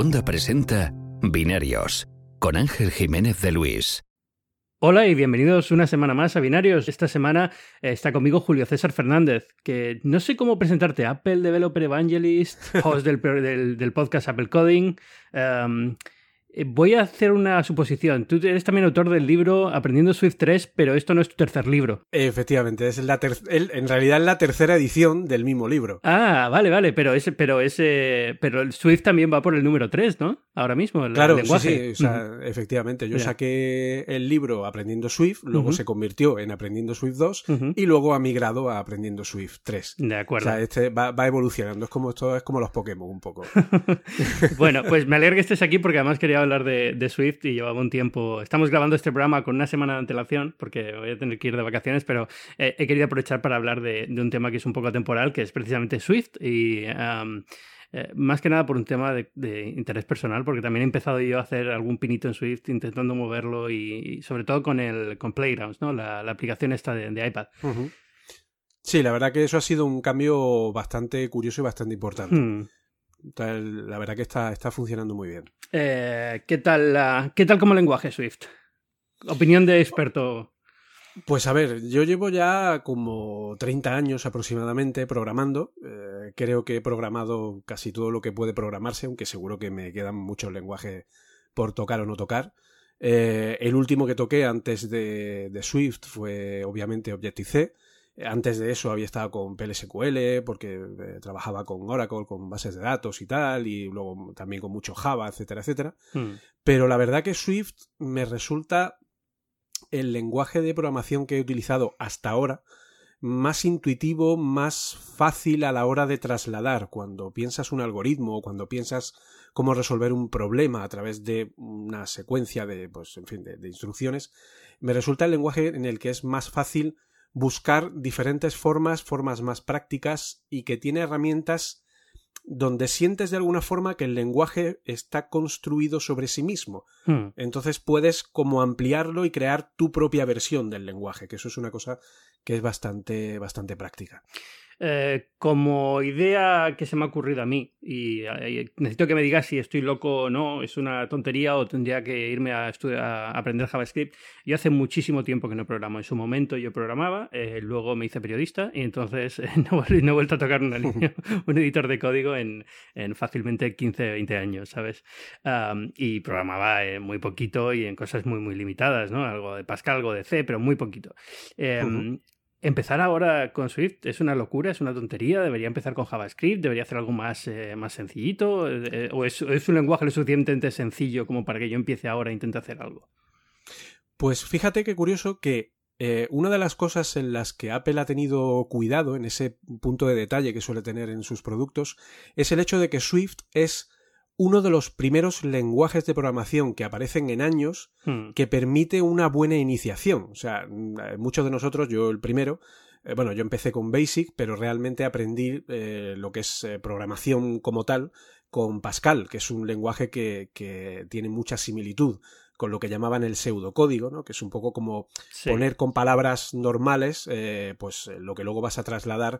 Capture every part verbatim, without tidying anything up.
Onda presenta Binarios, con Ángel Jiménez de Luis. Hola y bienvenidos una semana más a Binarios. Esta semana eh, está conmigo Julio César Fernández, que no sé cómo presentarte. Apple Developer Evangelist, host del, del, del podcast Apple Coding. Um, voy a hacer una suposición. Tú eres también autor del libro Aprendiendo Swift tres, pero esto no es tu tercer libro. Efectivamente, es la ter- el, en realidad es la tercera edición del mismo libro. Ah, vale, vale, pero ese, pero ese, pero el Swift también va por el número tres, ¿no? Ahora mismo, el, claro, el lenguaje. Sí, sí, o sea, uh-huh. Efectivamente. Yo yeah. saqué el libro Aprendiendo Swift, luego uh-huh. se convirtió en Aprendiendo Swift dos uh-huh. y luego ha migrado a Aprendiendo Swift tres. De acuerdo. O sea, este va, va evolucionando, es como esto es como los Pokémon un poco. Bueno, pues me alegra que estés aquí porque además quería hablar de, de Swift y llevaba un tiempo. Estamos grabando este programa con una semana de antelación porque voy a tener que ir de vacaciones, pero eh, he querido aprovechar para hablar de, de un tema que es un poco atemporal, que es precisamente Swift y um, eh, más que nada por un tema de, de interés personal, porque también he empezado yo a hacer algún pinito en Swift intentando moverlo y, y sobre todo con el con Playgrounds, ¿no? La, la aplicación esta de, de iPad. Uh-huh. Sí, la verdad que eso ha sido un cambio bastante curioso y bastante importante. Hmm. La verdad que está, está funcionando muy bien. Eh, ¿qué tal, uh, ¿Qué tal como lenguaje Swift? Opinión de experto. Pues a ver, yo llevo ya como treinta años aproximadamente programando. Eh, creo que he programado casi todo lo que puede programarse, aunque seguro que me quedan muchos lenguajes por tocar o no tocar. Eh, el último que toqué antes de, de Swift fue obviamente Objective-C. Antes de eso había estado con P L S Q L porque eh, trabajaba con Oracle, con bases de datos y tal, y luego también con mucho Java, etcétera, etcétera. Hmm. Pero la verdad que Swift me resulta el lenguaje de programación que he utilizado hasta ahora más intuitivo, más fácil a la hora de trasladar. Cuando piensas un algoritmo o cuando piensas cómo resolver un problema a través de una secuencia de, pues, en fin, de, de instrucciones, me resulta el lenguaje en el que es más fácil buscar diferentes formas, formas más prácticas y que tiene herramientas donde sientes de alguna forma que el lenguaje está construido sobre sí mismo. Hmm. Entonces puedes como ampliarlo y crear tu propia versión del lenguaje, que eso es una cosa que es bastante, bastante práctica. Eh, como idea que se me ha ocurrido a mí, y, y necesito que me digas si estoy loco o no, es una tontería o tendría que irme a, estudiar, a aprender JavaScript. Yo hace muchísimo tiempo que no programo. En su momento yo programaba, eh, luego me hice periodista y entonces eh, no, no he vuelto a tocar una línea, un editor de código en, en fácilmente quince, veinte años, ¿sabes? Um, y programaba eh, muy poquito y en cosas muy, muy limitadas, ¿no? Algo de Pascal, algo de C, pero muy poquito. Eh, uh-huh. Empezar ahora con Swift es una locura, es una tontería. Debería empezar con JavaScript, debería hacer algo más, eh, más sencillito, eh, o es, es un lenguaje lo suficientemente sencillo como para que yo empiece ahora e intente hacer algo. Pues fíjate qué curioso que eh, una de las cosas en las que Apple ha tenido cuidado, en ese punto de detalle que suele tener en sus productos, es el hecho de que Swift es uno de los primeros lenguajes de programación que aparecen en años hmm. que permite una buena iniciación. O sea, muchos de nosotros, yo el primero, eh, bueno, yo empecé con Basic, pero realmente aprendí eh, lo que es eh, programación como tal con Pascal, que es un lenguaje que, que tiene mucha similitud con lo que llamaban el pseudocódigo, ¿no? Que es un poco como sí. poner con palabras normales eh, pues lo que luego vas a trasladar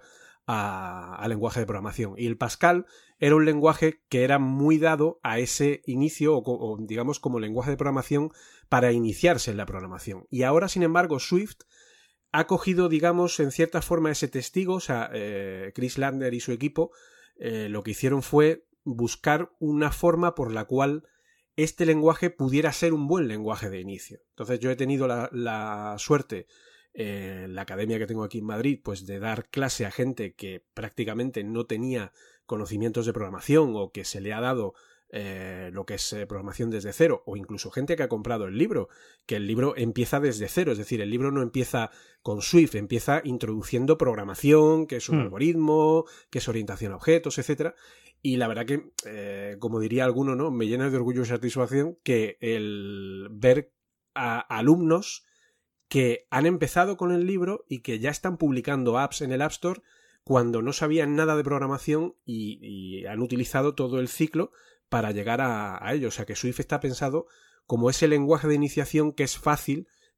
a, a lenguaje de programación. Y el Pascal era un lenguaje que era muy dado a ese inicio o, o digamos como lenguaje de programación para iniciarse en la programación. Y ahora, sin embargo, Swift ha cogido, digamos, en cierta forma ese testigo. O sea, eh, Chris Lander y su equipo eh, lo que hicieron fue buscar una forma por la cual este lenguaje pudiera ser un buen lenguaje de inicio. Entonces yo he tenido la, la suerte en eh, la academia que tengo aquí en Madrid, pues de dar clase a gente que prácticamente no tenía conocimientos de programación o que se le ha dado eh, lo que es eh, programación desde cero, o incluso gente que ha comprado el libro, que el libro empieza desde cero, es decir, el libro no empieza con Swift, empieza introduciendo programación, que es un hmm. algoritmo, que es orientación a objetos, etcétera. Y la verdad que, eh, como diría alguno, ¿no? Me llena de orgullo y satisfacción que el ver a alumnos que han empezado con el libro y que ya están publicando apps en el App Store cuando no sabían nada de programación y, y han utilizado todo el ciclo para llegar a, a ello. O sea que Swift está pensado como ese lenguaje de iniciación que es fácil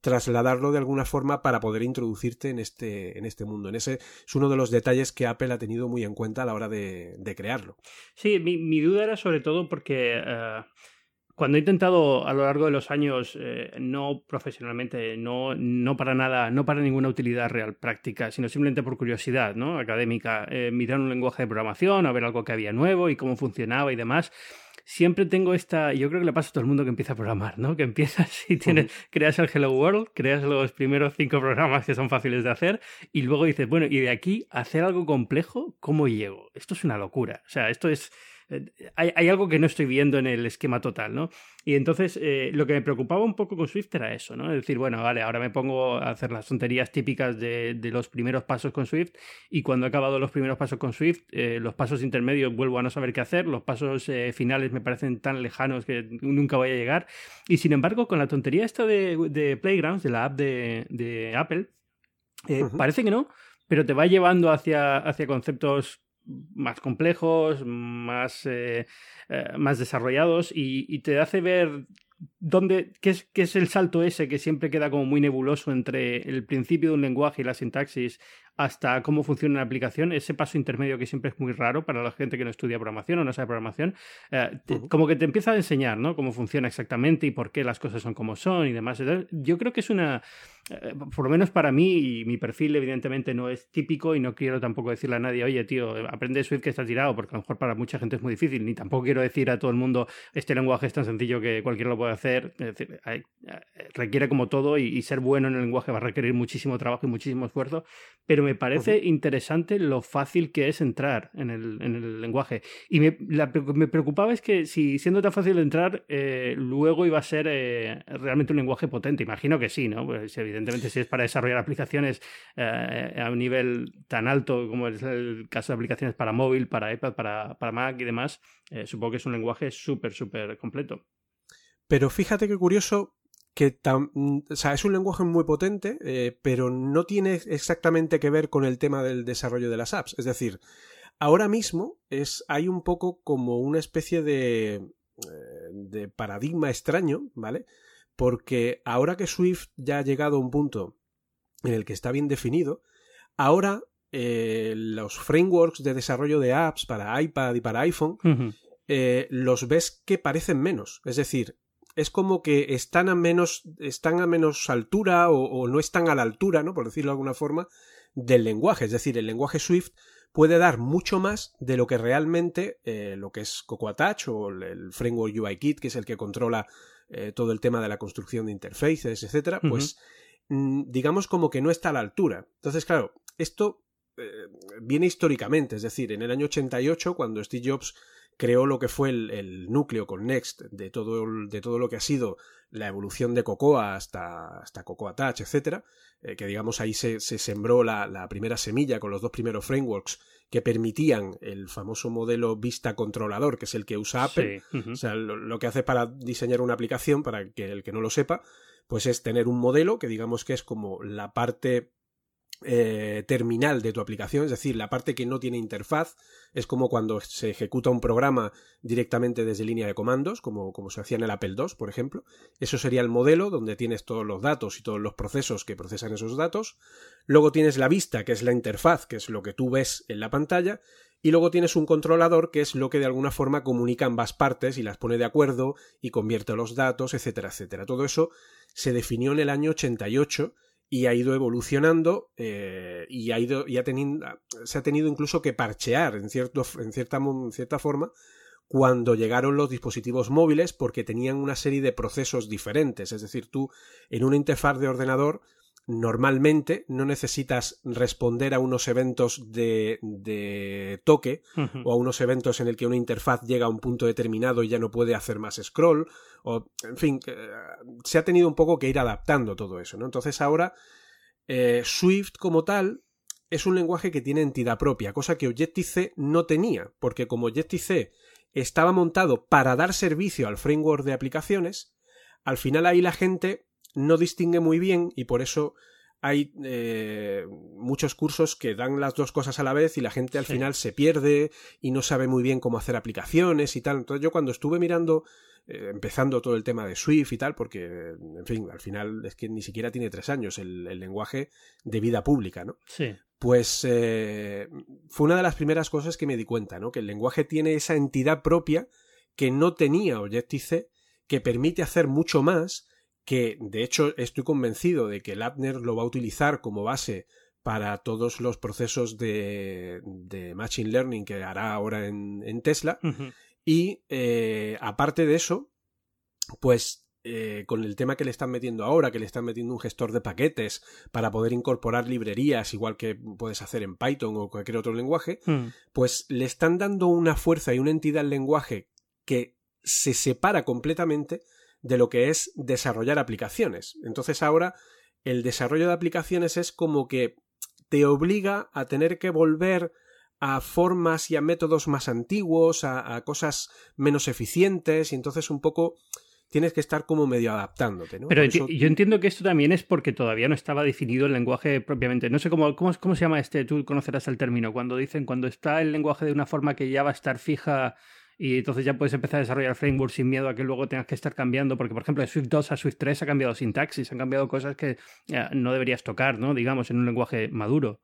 trasladarlo de alguna forma para poder introducirte en este, en este mundo. En ese es uno de los detalles que Apple ha tenido muy en cuenta a la hora de, de crearlo. Sí, mi, mi duda era sobre todo porque uh, cuando he intentado a lo largo de los años, eh, no profesionalmente, no, no para nada, no para ninguna utilidad real práctica, sino simplemente por curiosidad, ¿no? Académica, eh, mirar un lenguaje de programación, a ver algo que había nuevo y cómo funcionaba y demás. Siempre tengo esta, yo creo que le pasa a todo el mundo que empieza a programar, ¿no? Que empiezas y tienes, uh-huh. creas el Hello World, creas los primeros cinco programas que son fáciles de hacer y luego dices, bueno, y de aquí a hacer algo complejo, ¿cómo llego? Esto es una locura. O sea, esto es... Hay, hay algo que no estoy viendo en el esquema total, ¿no? Y entonces eh, lo que me preocupaba un poco con Swift era eso, ¿no? Es decir, bueno, vale, ahora me pongo a hacer las tonterías típicas de, de los primeros pasos con Swift y cuando he acabado los primeros pasos con Swift, eh, los pasos intermedios vuelvo a no saber qué hacer, los pasos eh, finales me parecen tan lejanos que nunca voy a llegar. Y sin embargo, con la tontería esta de, de Playgrounds, de la app de, de Apple, eh, uh-huh. parece que no, pero te va llevando hacia, hacia conceptos más complejos, más, eh, eh, más desarrollados y, y te hace ver dónde, qué es, qué es el salto ese que siempre queda como muy nebuloso entre el principio de un lenguaje y la sintaxis hasta cómo funciona una aplicación, ese paso intermedio que siempre es muy raro para la gente que no estudia programación o no sabe programación, eh, te, uh-huh. como que te empieza a enseñar, ¿no? Cómo funciona exactamente y por qué las cosas son como son y demás. Entonces, yo creo que es una, eh, por lo menos para mí, y mi perfil evidentemente no es típico y no quiero tampoco decirle a nadie, oye tío, aprende Swift que está tirado, porque a lo mejor para mucha gente es muy difícil, ni tampoco quiero decir a todo el mundo, este lenguaje es tan sencillo que cualquiera lo puede hacer. Es decir, hay, requiere como todo y, y ser bueno en el lenguaje va a requerir muchísimo trabajo y muchísimo esfuerzo, pero me parece uh-huh. interesante lo fácil que es entrar en el, en el lenguaje. Y me, la, me preocupaba es que si siendo tan fácil de entrar, eh, luego iba a ser eh, realmente un lenguaje potente. Imagino que sí, ¿no? Pues evidentemente si es para desarrollar aplicaciones eh, a un nivel tan alto como es el caso de aplicaciones para móvil, para iPad, para, para Mac y demás, eh, supongo que es un lenguaje súper, súper completo. Pero fíjate qué curioso que tam, o sea, es un lenguaje muy potente, eh, pero no tiene exactamente que ver con el tema del desarrollo de las apps. Es decir, ahora mismo es, hay un poco como una especie de, de paradigma extraño, ¿vale? Porque ahora que Swift ya ha llegado a un punto en el que está bien definido, ahora eh, los frameworks de desarrollo de apps para iPad y para iPhone uh-huh. eh, los ves que parecen menos. Es decir, es como que están a menos, están a menos altura o, o no están a la altura, ¿no? Por decirlo de alguna forma, del lenguaje. Es decir, el lenguaje Swift puede dar mucho más de lo que realmente eh, lo que es Cocoa Touch o el framework U I Kit, que es el que controla eh, todo el tema de la construcción de interfaces, etcétera. Uh-huh. Pues mm, digamos como que no está a la altura. Entonces, claro, esto eh, viene históricamente. Es decir, en el año ochenta y ocho, cuando Steve Jobs creó lo que fue el, el núcleo con Next de todo, de todo lo que ha sido la evolución de Cocoa hasta, hasta Cocoa Touch, etcétera, eh, que digamos ahí se, se sembró la, la primera semilla con los dos primeros frameworks que permitían el famoso modelo vista controlador, que es el que usa Apple. Sí. Uh-huh. O sea, lo, lo que hace para diseñar una aplicación, para que el que no lo sepa, pues es tener un modelo que digamos que es como la parte Eh, terminal de tu aplicación, es decir, la parte que no tiene interfaz. Es como cuando se ejecuta un programa directamente desde línea de comandos, como, como se hacía en el Apple dos, por ejemplo. Eso sería el modelo donde tienes todos los datos y todos los procesos que procesan esos datos. Luego tienes la vista, que es la interfaz, que es lo que tú ves en la pantalla. Y luego tienes un controlador, que es lo que de alguna forma comunica ambas partes y las pone de acuerdo y convierte los datos, etcétera, etcétera. Todo eso se definió en el año ochenta y ocho y ha ido evolucionando eh, y, ha ido, y ha tenido, se ha tenido incluso que parchear en, cierto, en, cierta, en cierta forma cuando llegaron los dispositivos móviles, porque tenían una serie de procesos diferentes. Es decir, tú en una interfaz de ordenador normalmente no necesitas responder a unos eventos de, de toque uh-huh. o a unos eventos en el que una interfaz llega a un punto determinado y ya no puede hacer más scroll, o en fin, eh, se ha tenido un poco que ir adaptando todo eso, ¿no? Entonces ahora eh, Swift como tal es un lenguaje que tiene entidad propia, cosa que Objective-C no tenía, porque como Objective-C estaba montado para dar servicio al framework de aplicaciones, al final ahí la gente no distingue muy bien y por eso hay eh, muchos cursos que dan las dos cosas a la vez y la gente al sí. final se pierde y no sabe muy bien cómo hacer aplicaciones y tal. Entonces yo cuando estuve mirando eh, empezando todo el tema de Swift y tal, porque, en fin, al final es que ni siquiera tiene tres años el, el lenguaje de vida pública, ¿no? Sí. Pues eh, fue una de las primeras cosas que me di cuenta, ¿no? Que el lenguaje tiene esa entidad propia que no tenía Objective-C, que permite hacer mucho más, que de hecho estoy convencido de que Lattner lo va a utilizar como base para todos los procesos de, de Machine Learning que hará ahora en, en Tesla. Uh-huh. Y eh, aparte de eso, pues eh, con el tema que le están metiendo ahora, que le están metiendo un gestor de paquetes para poder incorporar librerías, igual que puedes hacer en Python o cualquier otro lenguaje, uh-huh. pues le están dando una fuerza y una entidad al lenguaje que se separa completamente de lo que es desarrollar aplicaciones. Entonces ahora el desarrollo de aplicaciones es como que te obliga a tener que volver a formas y a métodos más antiguos, a, a cosas menos eficientes, y entonces un poco tienes que estar como medio adaptándote, ¿no? Pero eso... yo entiendo que esto también es porque todavía no estaba definido el lenguaje propiamente. No sé cómo, cómo, cómo se llama este, tú conocerás el término, cuando dicen, cuando está el lenguaje de una forma que ya va a estar fija y entonces ya puedes empezar a desarrollar frameworks sin miedo a que luego tengas que estar cambiando, porque por ejemplo de Swift dos a Swift tres ha cambiado sintaxis, han cambiado cosas que ya, no deberías tocar, ¿no? Digamos, en un lenguaje maduro.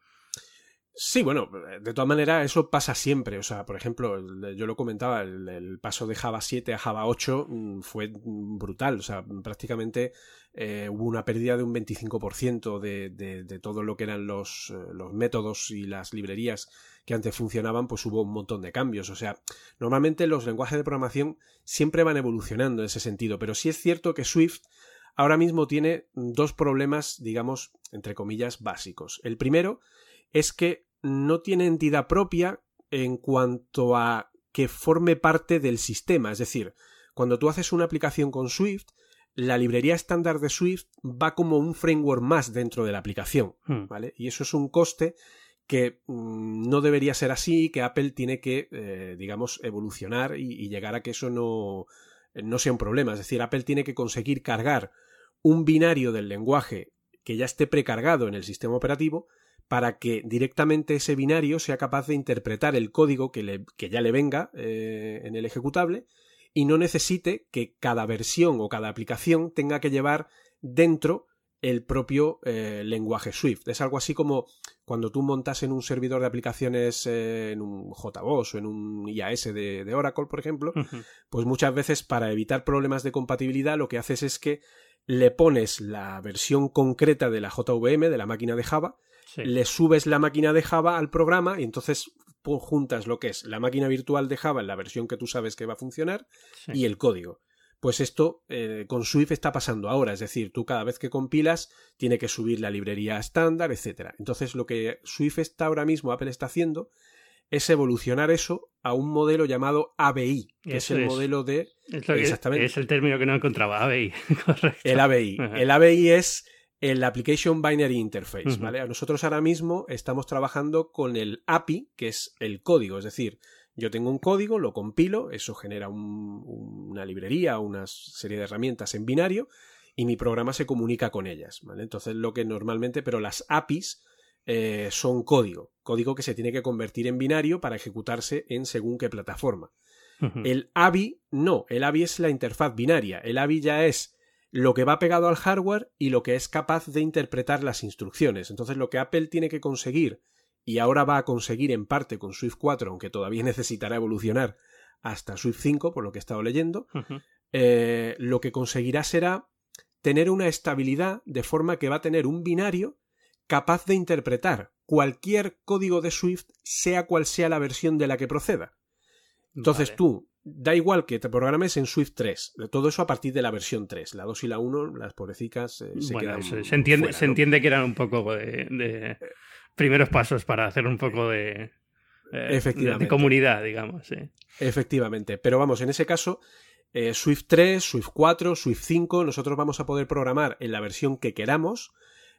Sí, bueno, de todas maneras eso pasa siempre. O sea, por ejemplo, yo lo comentaba, el, el paso de Java siete a Java ocho fue brutal. O sea, prácticamente eh, hubo una pérdida de un veinticinco por ciento de, de, de todo lo que eran los, los métodos y las librerías que antes funcionaban, pues hubo un montón de cambios. O sea, normalmente los lenguajes de programación siempre van evolucionando en ese sentido, pero sí es cierto que Swift ahora mismo tiene dos problemas, digamos, entre comillas, básicos. El primero es que no tiene entidad propia en cuanto a que forme parte del sistema. Es decir, cuando tú haces una aplicación con Swift, la librería estándar de Swift va como un framework más dentro de la aplicación, ¿vale? Y eso es un coste que mmm, no debería ser así, que Apple tiene que, eh, digamos, evolucionar y, y llegar a que eso no, no sea un problema. Es decir, Apple tiene que conseguir cargar un binario del lenguaje que ya esté precargado en el sistema operativo para que directamente ese binario sea capaz de interpretar el código que, le, que ya le venga eh, en el ejecutable y no necesite que cada versión o cada aplicación tenga que llevar dentro el propio eh, lenguaje Swift. Es algo así como cuando tú montas en un servidor de aplicaciones eh, en un J B O S o en un I A S de, de Oracle, por ejemplo, uh-huh. pues muchas veces para evitar problemas de compatibilidad lo que haces es que le pones la versión concreta de la J V M, de la máquina de Java, sí. le subes la máquina de Java al programa y entonces pues, juntas lo que es la máquina virtual de Java en la versión que tú sabes que va a funcionar sí. y el código. Pues esto eh, con Swift está pasando ahora, es decir, tú cada vez que compilas tiene que subir la librería estándar, etcétera. Entonces lo que Swift está ahora mismo, Apple está haciendo, es evolucionar eso a un modelo llamado A B I, que eso es el es. modelo de... Es, lo que exactamente. Es el término que no encontraba, A B I, correcto. El A B I. Uh-huh. El A B I es el Application Binary Interface, uh-huh. ¿vale? Nosotros ahora mismo estamos trabajando con el A P I, que es el código, es decir, yo tengo un código, lo compilo, eso genera un, una librería, una serie de herramientas en binario y mi programa se comunica con ellas, ¿vale? Entonces lo que normalmente, pero las A P Is eh, son código, código que se tiene que convertir en binario para ejecutarse en según qué plataforma. Uh-huh. El A B I no, el A B I es la interfaz binaria, el A B I ya es lo que va pegado al hardware y lo que es capaz de interpretar las instrucciones. Entonces lo que Apple tiene que conseguir y ahora va a conseguir en parte con Swift cuatro, aunque todavía necesitará evolucionar hasta Swift cinco, por lo que he estado leyendo, uh-huh. eh, lo que conseguirá será tener una estabilidad de forma que va a tener un binario capaz de interpretar cualquier código de Swift, sea cual sea la versión de la que proceda. Entonces vale. tú, da igual que te programes en Swift tres, todo eso a partir de la versión tres, la dos y la uno, las pobrecicas eh, se bueno, quedan eso, se entiende, fuera, se ¿no? entiende que eran un poco de... de... primeros pasos para hacer un poco de, eh, Efectivamente. de, de comunidad, digamos. Sí. Efectivamente, pero vamos, en ese caso, eh, Swift tres, Swift cuatro, Swift cinco, nosotros vamos a poder programar en la versión que queramos,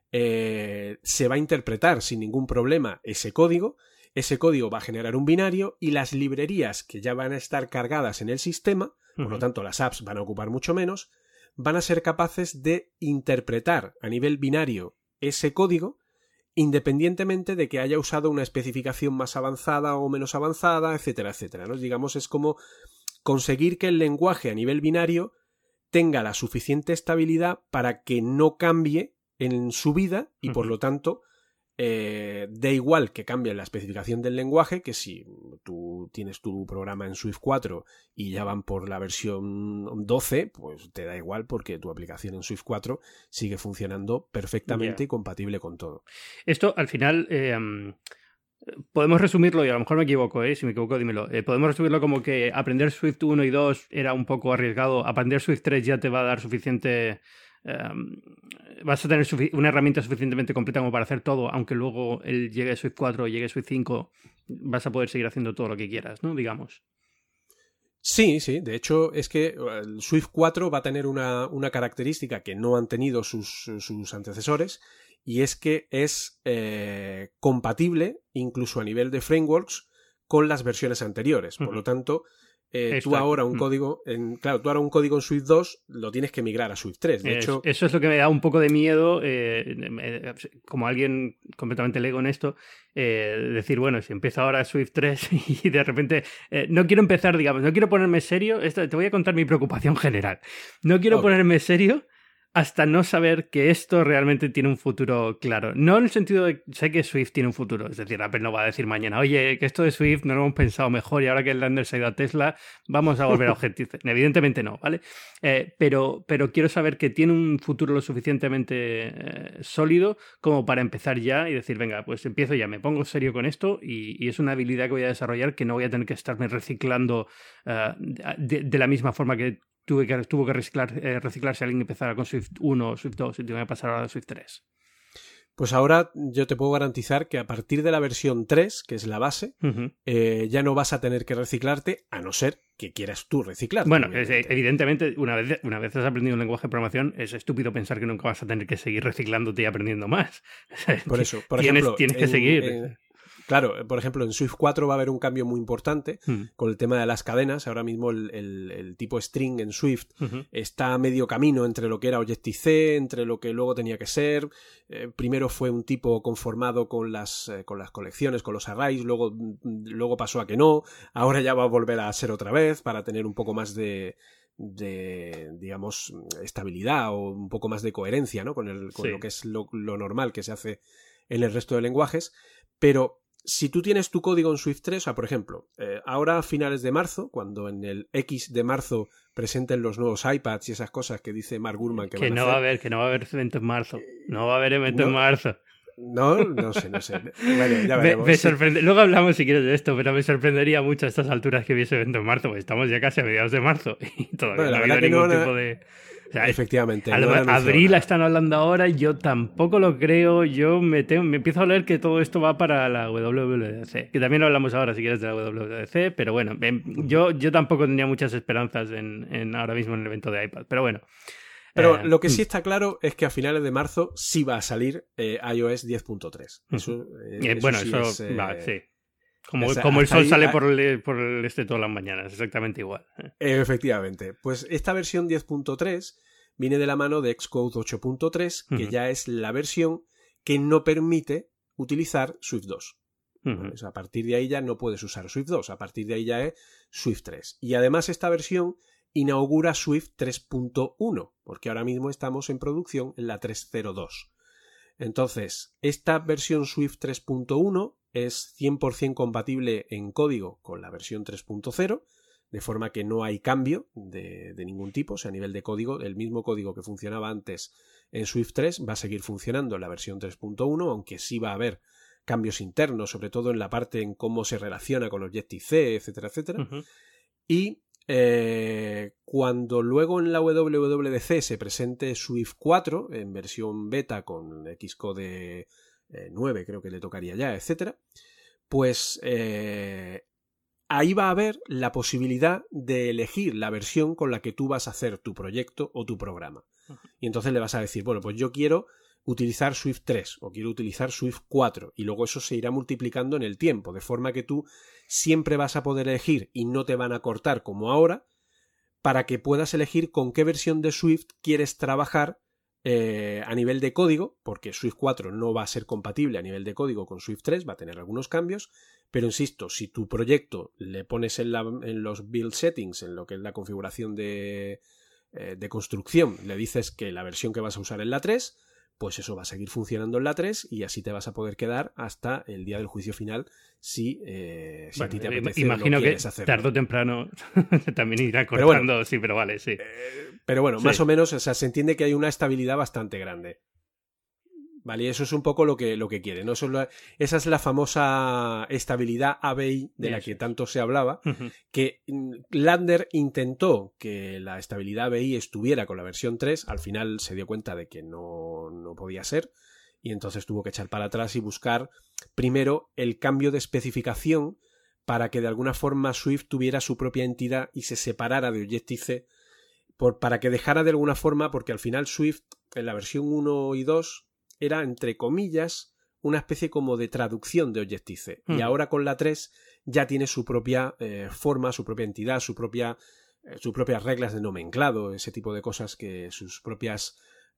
eh, se va a interpretar sin ningún problema ese código, ese código va a generar un binario y las librerías que ya van a estar cargadas en el sistema, por uh-huh. lo tanto las apps van a ocupar mucho menos, van a ser capaces de interpretar a nivel binario ese código independientemente de que haya usado una especificación más avanzada o menos avanzada, etcétera, etcétera, ¿no? Digamos, es como conseguir que el lenguaje a nivel binario tenga la suficiente estabilidad para que no cambie en su vida y, uh-huh. por lo tanto, eh, da igual que cambie la especificación del lenguaje, que si tú tienes tu programa en Swift cuatro y ya van por la versión doce, pues te da igual porque tu aplicación en Swift cuatro sigue funcionando perfectamente yeah. y compatible con todo. Esto, al final... Eh, um... podemos resumirlo, y a lo mejor me equivoco, ¿eh? Si me equivoco dímelo, eh, podemos resumirlo como que aprender Swift uno y dos era un poco arriesgado, aprender Swift tres ya te va a dar suficiente, um, vas a tener sufi- una herramienta suficientemente completa como para hacer todo, aunque luego el llegue Swift cuatro o llegue Swift cinco vas a poder seguir haciendo todo lo que quieras, ¿no? Digamos. Sí, sí, de hecho es que el Swift cuatro va a tener una, una característica que no han tenido sus, sus antecesores, y es que es eh, compatible, incluso a nivel de frameworks, con las versiones anteriores. Por uh-huh. lo tanto, eh, tú ahora un uh-huh. código, en, claro, tú ahora un código en Swift dos lo tienes que migrar a Swift tres. De es, hecho, eso es lo que me da un poco de miedo, eh, eh, como alguien completamente lego en esto, eh, decir, bueno, si empiezo ahora Swift tres y de repente eh, no quiero empezar, digamos, no quiero ponerme serio, esto, te voy a contar mi preocupación general. No quiero okay. ponerme serio hasta no saber que esto realmente tiene un futuro claro. No en el sentido de, sé que Swift tiene un futuro, es decir, Apple no va a decir mañana, oye, que esto de Swift no lo hemos pensado mejor y ahora que el lander se ha ido a Tesla, vamos a volver a Objective-C. Evidentemente no, ¿vale? Eh, pero, pero quiero saber que tiene un futuro lo suficientemente eh, sólido como para empezar ya y decir, venga, pues empiezo ya, me pongo serio con esto y, y es una habilidad que voy a desarrollar que no voy a tener que estarme reciclando uh, de, de la misma forma que Tuve que, tuvo que reciclar, eh, reciclarse alguien que empezara con Swift uno o Swift dos y tuve que pasar ahora a Swift tres. Pues ahora yo te puedo garantizar que a partir de la versión tres, que es la base, uh-huh. eh, ya no vas a tener que reciclarte, a no ser que quieras tú reciclarte. Bueno, es, evidentemente, una vez, una vez has aprendido un lenguaje de programación, es estúpido pensar que nunca vas a tener que seguir reciclándote y aprendiendo más. Por eso, por tienes, ejemplo... Tienes que en, seguir... En... Claro, por ejemplo, en Swift cuatro va a haber un cambio muy importante hmm. con el tema de las cadenas. Ahora mismo el, el, el tipo string en Swift uh-huh. está a medio camino entre lo que era Objective-C, entre lo que luego tenía que ser. Eh, primero fue un tipo conformado con las, eh, con las colecciones, con los arrays, luego, luego pasó a que no. Ahora ya va a volver a ser otra vez para tener un poco más de... de, digamos, estabilidad o un poco más de coherencia, ¿no? Con, el, con sí. lo que es lo, lo normal que se hace en el resto de lenguajes. Pero si tú tienes tu código en Swift tres, o sea, por ejemplo, eh, ahora a finales de marzo, cuando en el X de marzo presenten los nuevos iPads y esas cosas que dice Mark Gurman que, que van no a hacer, va a haber, que no va a haber evento en marzo. No va a haber evento no, en marzo. No, no sé, no sé. Bueno, ya veremos. Me, me sorprende. Luego hablamos si quieres de esto, pero me sorprendería mucho a estas alturas que hubiese evento en marzo, porque estamos ya casi a mediados de marzo y todavía bueno, no ha habido ningún no, tipo de... O sea, efectivamente. No abril la están hablando ahora y yo tampoco lo creo. Yo me, tengo, me empiezo a leer que todo esto va para la W W D C. Que también hablamos ahora, si quieres, de la W W D C. Pero bueno, yo, yo tampoco tenía muchas esperanzas en, en ahora mismo en el evento de iPad. Pero bueno. Pero eh, lo que sí está claro es que a finales de marzo sí va a salir eh, iOS diez punto tres. Eso, eh, eh, bueno, eso, eso sí es, va, eh, sí. Como, o sea, como el sol ahí, sale a... por el, por el este todas las mañanas, exactamente igual. Efectivamente. Pues esta versión diez punto tres viene de la mano de Xcode ocho punto tres, que uh-huh. ya es la versión que no permite utilizar Swift dos. Uh-huh. O sea, a partir de ahí ya no puedes usar Swift dos, a partir de ahí ya es Swift tres. Y además esta versión inaugura Swift tres punto uno, porque ahora mismo estamos en producción en la tres punto cero dos. Entonces, esta versión Swift tres punto uno es cien por ciento compatible en código con la versión tres punto cero, de forma que no hay cambio de, de ningún tipo. O sea, a nivel de código, el mismo código que funcionaba antes en Swift tres va a seguir funcionando en la versión tres punto uno, aunque sí va a haber cambios internos, sobre todo en la parte en cómo se relaciona con Objective-C, etcétera, etcétera. Uh-huh. Y eh, cuando luego en la W W D C se presente Swift cuatro en versión beta con Xcode eh, nueve, creo que le tocaría ya, etcétera, pues eh, ahí va a haber la posibilidad de elegir la versión con la que tú vas a hacer tu proyecto o tu programa. Uh-huh. Y entonces le vas a decir, bueno, pues yo quiero utilizar Swift tres o quiero utilizar Swift cuatro, y luego eso se irá multiplicando en el tiempo, de forma que tú siempre vas a poder elegir y no te van a cortar como ahora, para que puedas elegir con qué versión de Swift quieres trabajar eh, a nivel de código, porque Swift cuatro no va a ser compatible a nivel de código con Swift tres, va a tener algunos cambios, pero insisto, si tu proyecto le pones en, la, en los build settings, en lo que es la configuración de, eh, de construcción, le dices que la versión que vas a usar es la tres, pues eso va a seguir funcionando en la tres y así te vas a poder quedar hasta el día del juicio final si, eh, si bueno, a ti te apetece. Imagino no que hacerlo. Tarde o temprano también irá cortando, pero bueno, sí, pero vale, sí. Eh, pero bueno, sí. más o menos, o sea, se entiende que hay una estabilidad bastante grande. Vale, y eso es un poco lo que, lo que quiere, ¿no? Eso es la, esa es la famosa estabilidad A B I de eso la que tanto se hablaba, uh-huh. que Lander intentó que la estabilidad A B I estuviera con la versión tres, al final se dio cuenta de que no, no podía ser, y entonces tuvo que echar para atrás y buscar primero el cambio de especificación para que de alguna forma Swift tuviera su propia entidad y se separara de Objective-C, por, para que dejara de alguna forma, porque al final Swift en la versión uno y dos era, entre comillas, una especie como de traducción de Objective-C. Mm. Y ahora con la tres ya tiene su propia eh, forma, su propia entidad, su propia, eh, sus propias reglas de nomenclado, ese tipo de cosas, que sus propias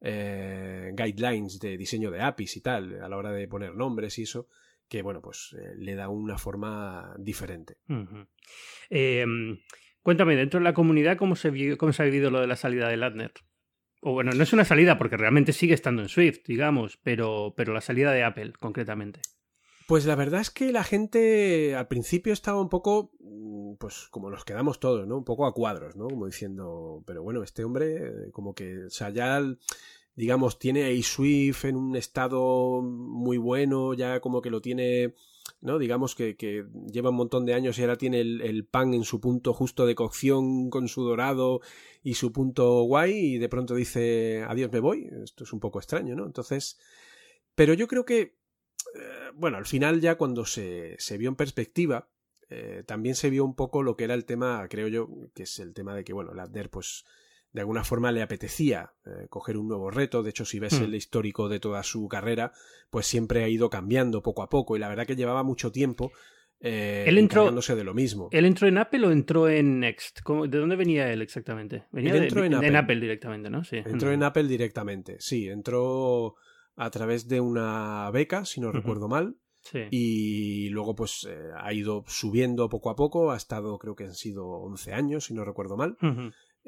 eh, guidelines de diseño de A P Is y tal, a la hora de poner nombres y eso, que bueno, pues eh, le da una forma diferente. Uh-huh. Eh, cuéntame, dentro de la comunidad, ¿cómo se, vi- cómo se ha vivido lo de la salida de Lander? O bueno, no es una salida porque realmente sigue estando en Swift, digamos, pero, pero la salida de Apple, concretamente. Pues la verdad es que la gente al principio estaba un poco, pues como nos quedamos todos, ¿no? Un poco a cuadros, ¿no? Como diciendo, pero bueno, este hombre como que, o sea, ya, digamos, tiene a Swift en un estado muy bueno, ya como que lo tiene, ¿no? Digamos que, que lleva un montón de años y ahora tiene el, el pan en su punto justo de cocción con su dorado y su punto guay y de pronto dice adiós me voy. Esto es un poco extraño, ¿no? Entonces, pero yo creo que eh, bueno, al final ya cuando se, se vio en perspectiva eh, también se vio un poco lo que era el tema, creo yo, que es el tema de que, bueno, Lander pues de alguna forma le apetecía eh, coger un nuevo reto. De hecho, si ves mm. el histórico de toda su carrera, pues siempre ha ido cambiando poco a poco y la verdad que llevaba mucho tiempo Eh, él entró, de lo mismo. ¿Él entró en Apple o entró en Next? ¿Cómo, ¿De dónde venía él exactamente? Venía él entró de, en, de, Apple. en Apple directamente, ¿no? Sí. Entró uh-huh. en Apple directamente, sí. Entró a través de una beca, si no uh-huh. recuerdo mal. Sí. Y luego pues eh, ha ido subiendo poco a poco. Ha estado, creo que han sido once años, si no recuerdo mal. Uh-huh.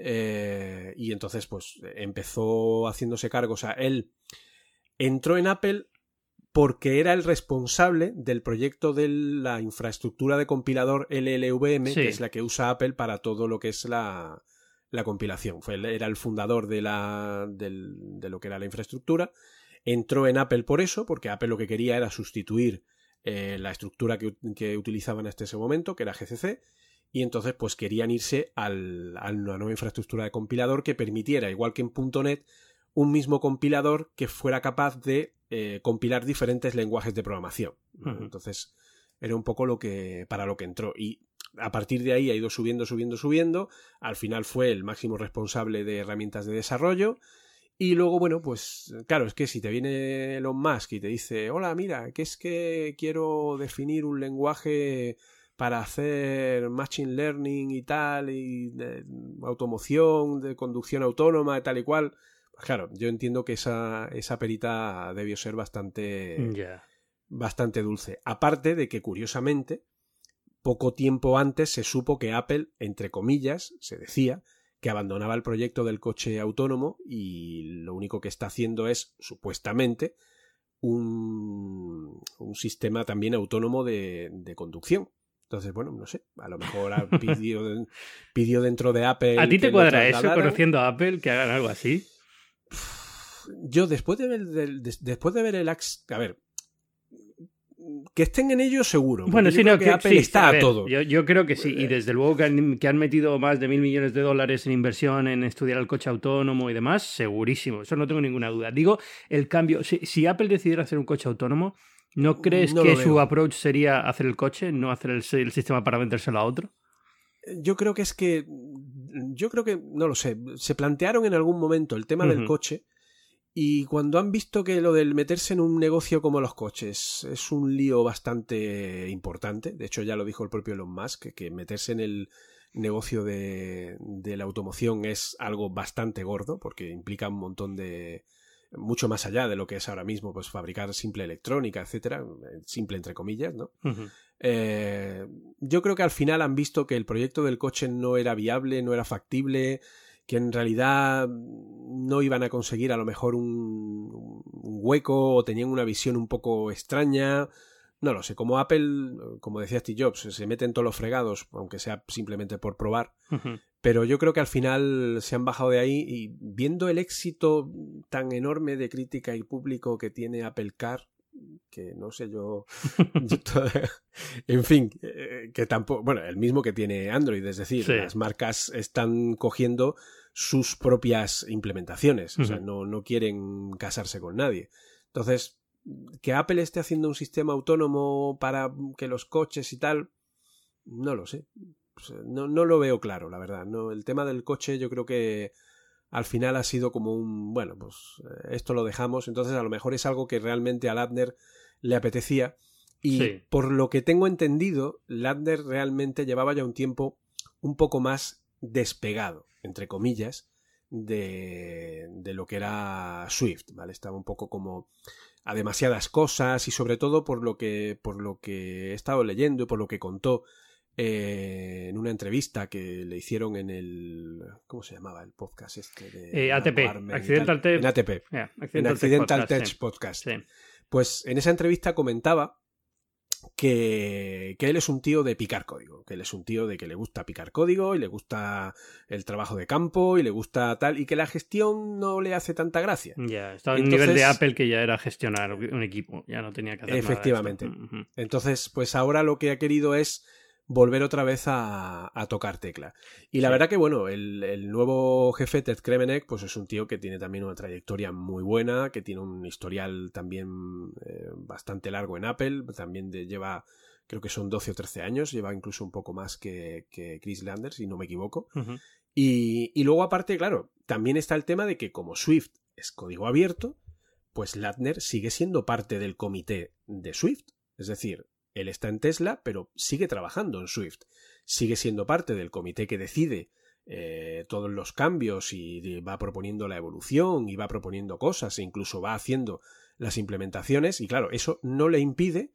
Eh, y entonces pues empezó haciéndose cargo. O sea, él entró en Apple porque era el responsable del proyecto de la infraestructura de compilador L L V M, sí. que es la que usa Apple para todo lo que es la, la compilación. Fue, era el fundador de, la, del, de lo que era la infraestructura. Entró en Apple por eso, porque Apple lo que quería era sustituir eh, la estructura que, que utilizaban hasta ese momento, que era G C C, y entonces pues querían irse al, a una nueva infraestructura de compilador que permitiera, igual que en punto net, un mismo compilador que fuera capaz de eh, compilar diferentes lenguajes de programación. Uh-huh. Entonces, era un poco lo que para lo que entró. Y a partir de ahí ha ido subiendo, subiendo, subiendo. Al final fue el máximo responsable de herramientas de desarrollo. Y luego, bueno, pues claro, es que si te viene Elon Musk y te dice, hola, mira, que es que quiero definir un lenguaje para hacer machine learning y tal, y de automoción, de conducción autónoma y tal y cual. Claro, yo entiendo que esa, esa perita debió ser bastante, yeah. bastante dulce. Aparte de que, curiosamente, poco tiempo antes se supo que Apple, entre comillas, se decía que abandonaba el proyecto del coche autónomo y lo único que está haciendo es, supuestamente, un, un sistema también autónomo de, de conducción. Entonces, bueno, no sé, a lo mejor pidió, pidió dentro de Apple... ¿A ti te cuadra eso, conociendo a Apple, que hagan algo así? Yo después de ver de, de, después de ver el Axe, a ver, que estén en ello seguro. Bueno, sí, no, que, que Apple sí, está a, ver, a todo. Yo, yo creo que sí, y desde luego que han, que han metido más de mil millones de dólares en inversión en estudiar el coche autónomo y demás, segurísimo, eso no tengo ninguna duda. Digo, el cambio, si, si Apple decidiera hacer un coche autónomo, ¿no crees no que su approach sería hacer el coche, no hacer el, el sistema para vendérselo a otro? Yo creo que es que, yo creo que, no lo sé, se plantearon en algún momento el tema uh-huh. del coche. Y cuando han visto que lo del meterse en un negocio como los coches es un lío bastante importante, de hecho ya lo dijo el propio Elon Musk, que, que meterse en el negocio de, de la automoción es algo bastante gordo, porque implica un montón de, mucho más allá de lo que es ahora mismo, pues fabricar simple electrónica, etcétera, simple entre comillas, ¿no? Uh-huh. Eh, yo creo que al final han visto que el proyecto del coche no era viable, no era factible, que en realidad no iban a conseguir a lo mejor un, un hueco o tenían una visión un poco extraña. No lo sé, como Apple, como decía Steve Jobs, se mete en todos los fregados, aunque sea simplemente por probar. Uh-huh. Pero yo creo que al final se han bajado de ahí y viendo el éxito tan enorme de crítica y público que tiene Apple Car, que no sé yo, yo todavía, en fin, eh, que tampoco, bueno, el mismo que tiene Android, es decir, sí. Las marcas están cogiendo sus propias implementaciones, uh-huh. O sea, no, no quieren casarse con nadie. Entonces, que Apple esté haciendo un sistema autónomo para que los coches y tal, no lo sé. No, no lo veo claro, la verdad. No, el tema del coche yo creo que al final ha sido como un, bueno, pues esto lo dejamos. Entonces a lo mejor es algo que realmente a Ladner le apetecía. Y sí. Por lo que tengo entendido, Ladner realmente llevaba ya un tiempo un poco más despegado, entre comillas, de, de lo que era Swift, ¿vale? Estaba un poco como a demasiadas cosas y sobre todo por lo que, por lo que he estado leyendo y por lo que contó Eh, en una entrevista que le hicieron en el... ¿Cómo se llamaba el podcast este? De eh, A T P, Accidental Tech. En A T P, yeah, Accidental en Accidental Tech Tech Podcast. Podcast. Sí. Pues en esa entrevista comentaba que, que él es un tío de picar código, que él es un tío de que le gusta picar código y le gusta el trabajo de campo y le gusta tal, y que la gestión no le hace tanta gracia. Ya, yeah, estaba en un nivel de Apple que ya era gestionar un equipo, ya no tenía que hacer efectivamente. nada de esto. Uh-huh. Entonces, pues ahora lo que ha querido es volver otra vez a, a tocar tecla. Y la sí. verdad que, bueno, el, el nuevo jefe, Ted Kremenek, pues es un tío que tiene también una trayectoria muy buena, que tiene un historial también eh, bastante largo en Apple, también de, lleva, creo que son doce o trece años, lleva incluso un poco más que, que Chris Landers, si no me equivoco. Uh-huh. Y, y luego, aparte, claro, también está el tema de que como Swift es código abierto, pues Ladner sigue siendo parte del comité de Swift. Es decir, él está en Tesla, pero sigue trabajando en Swift. Sigue siendo parte del comité que decide eh, todos los cambios y va proponiendo la evolución y va proponiendo cosas e incluso va haciendo las implementaciones. Y claro, eso no le impide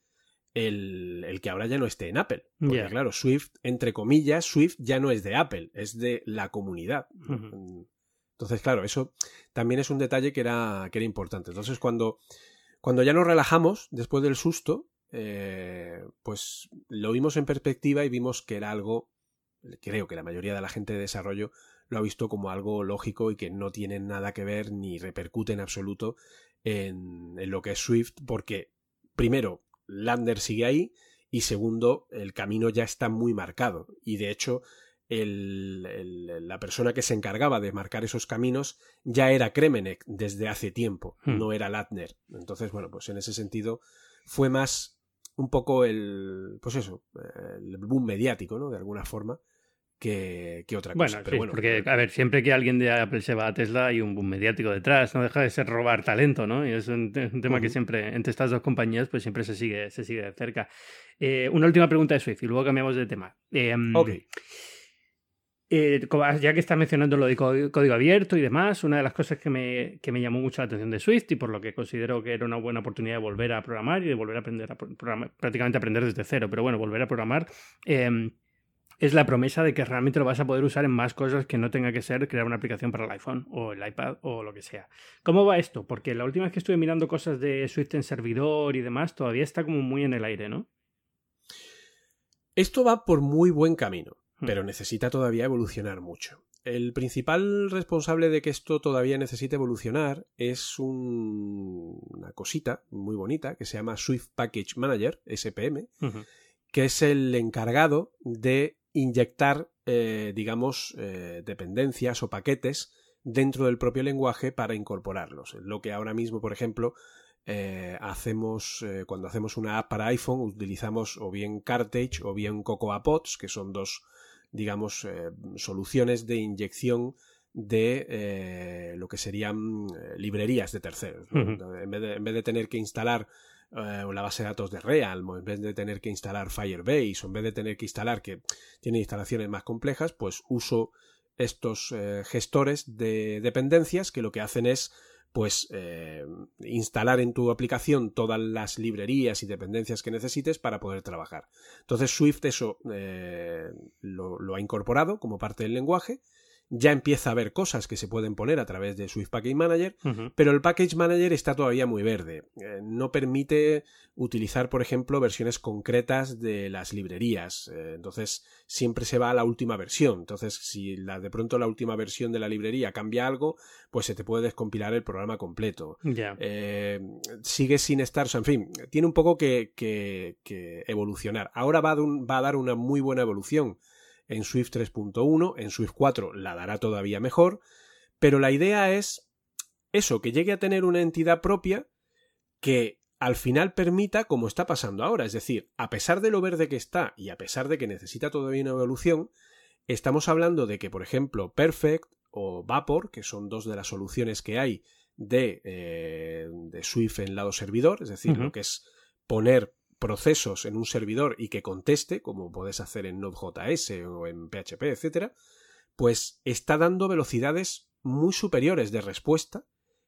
el, el que ahora ya no esté en Apple. Porque yeah. claro, Swift, entre comillas, Swift ya no es de Apple, es de la comunidad. Uh-huh. Entonces, claro, eso también es un detalle que era, que era importante. Entonces, cuando, cuando ya nos relajamos después del susto, Eh, pues lo vimos en perspectiva y vimos que era algo, creo que la mayoría de la gente de desarrollo lo ha visto como algo lógico y que no tiene nada que ver ni repercute en absoluto en, en lo que es Swift, porque primero, Lander sigue ahí y segundo, el camino ya está muy marcado y de hecho el, el, la persona que se encargaba de marcar esos caminos ya era Kremenek desde hace tiempo, hmm. no era Ladner. Entonces, bueno, pues en ese sentido fue más un poco el, pues eso, el boom mediático, ¿no? De alguna forma, que, que otra cosa. Bueno, Pero sí, bueno, porque, a ver, siempre que alguien de Apple se va a Tesla hay un boom mediático detrás, no deja de ser robar talento, ¿no? Y es un, un tema uh-huh. que siempre, entre estas dos compañías, pues siempre se sigue, se sigue de cerca. Eh, una última pregunta de Swift y luego cambiamos de tema. Eh, ok. Eh, ya que está mencionando lo de código abierto y demás, una de las cosas que me, que me llamó mucho la atención de Swift y por lo que considero que era una buena oportunidad de volver a programar y de volver a aprender a programar, prácticamente aprender desde cero, pero bueno, volver a programar, eh, es la promesa de que realmente lo vas a poder usar en más cosas que no tenga que ser crear una aplicación para el iPhone o el iPad o lo que sea. ¿Cómo va esto? Porque la última vez que estuve mirando cosas de Swift en servidor y demás, todavía está como muy en el aire, ¿no? Esto va por muy buen camino, pero necesita todavía evolucionar mucho. El principal responsable de que esto todavía necesite evolucionar es un... una cosita muy bonita que se llama Swift Package Manager, S P M, uh-huh. que es el encargado de inyectar, eh, digamos, eh, dependencias o paquetes dentro del propio lenguaje para incorporarlos. Lo que ahora mismo, por ejemplo, eh, hacemos eh, cuando hacemos una app para iPhone, utilizamos o bien Carthage o bien CocoaPods, que son dos, digamos, eh, soluciones de inyección de eh, lo que serían eh, librerías de terceros, ¿no? Uh-huh. en, vez de, en vez de tener que instalar eh, la base de datos de Realm, o en vez de tener que instalar Firebase, o en vez de tener que instalar, que tiene instalaciones más complejas, pues uso estos eh, gestores de dependencias que lo que hacen es pues eh, instalar en tu aplicación todas las librerías y dependencias que necesites para poder trabajar. Entonces Swift eso eh, lo, lo ha incorporado como parte del lenguaje. Ya empieza a haber cosas que se pueden poner a través de Swift Package Manager, uh-huh. pero el Package Manager está todavía muy verde. Eh, no permite utilizar, por ejemplo, versiones concretas de las librerías. Eh, entonces, siempre se va a la última versión. Entonces, si la, de pronto la última versión de la librería cambia algo, pues se te puede descompilar el programa completo. Yeah. Eh, sigue sin estar... O sea, en fin, tiene un poco que, que, que evolucionar. Ahora va a, un, va a dar una muy buena evolución en Swift tres punto uno, en Swift cuatro la dará todavía mejor, pero la idea es eso, que llegue a tener una entidad propia que al final permita, como está pasando ahora, es decir, a pesar de lo verde que está y a pesar de que necesita todavía una evolución, estamos hablando de que, por ejemplo, Perfect o Vapor, que son dos de las soluciones que hay de, eh, de Swift en lado servidor, es decir, uh-huh. lo que es poner procesos en un servidor y que conteste, como puedes hacer en Node.js o en P H P, etcétera, pues está dando velocidades muy superiores de respuesta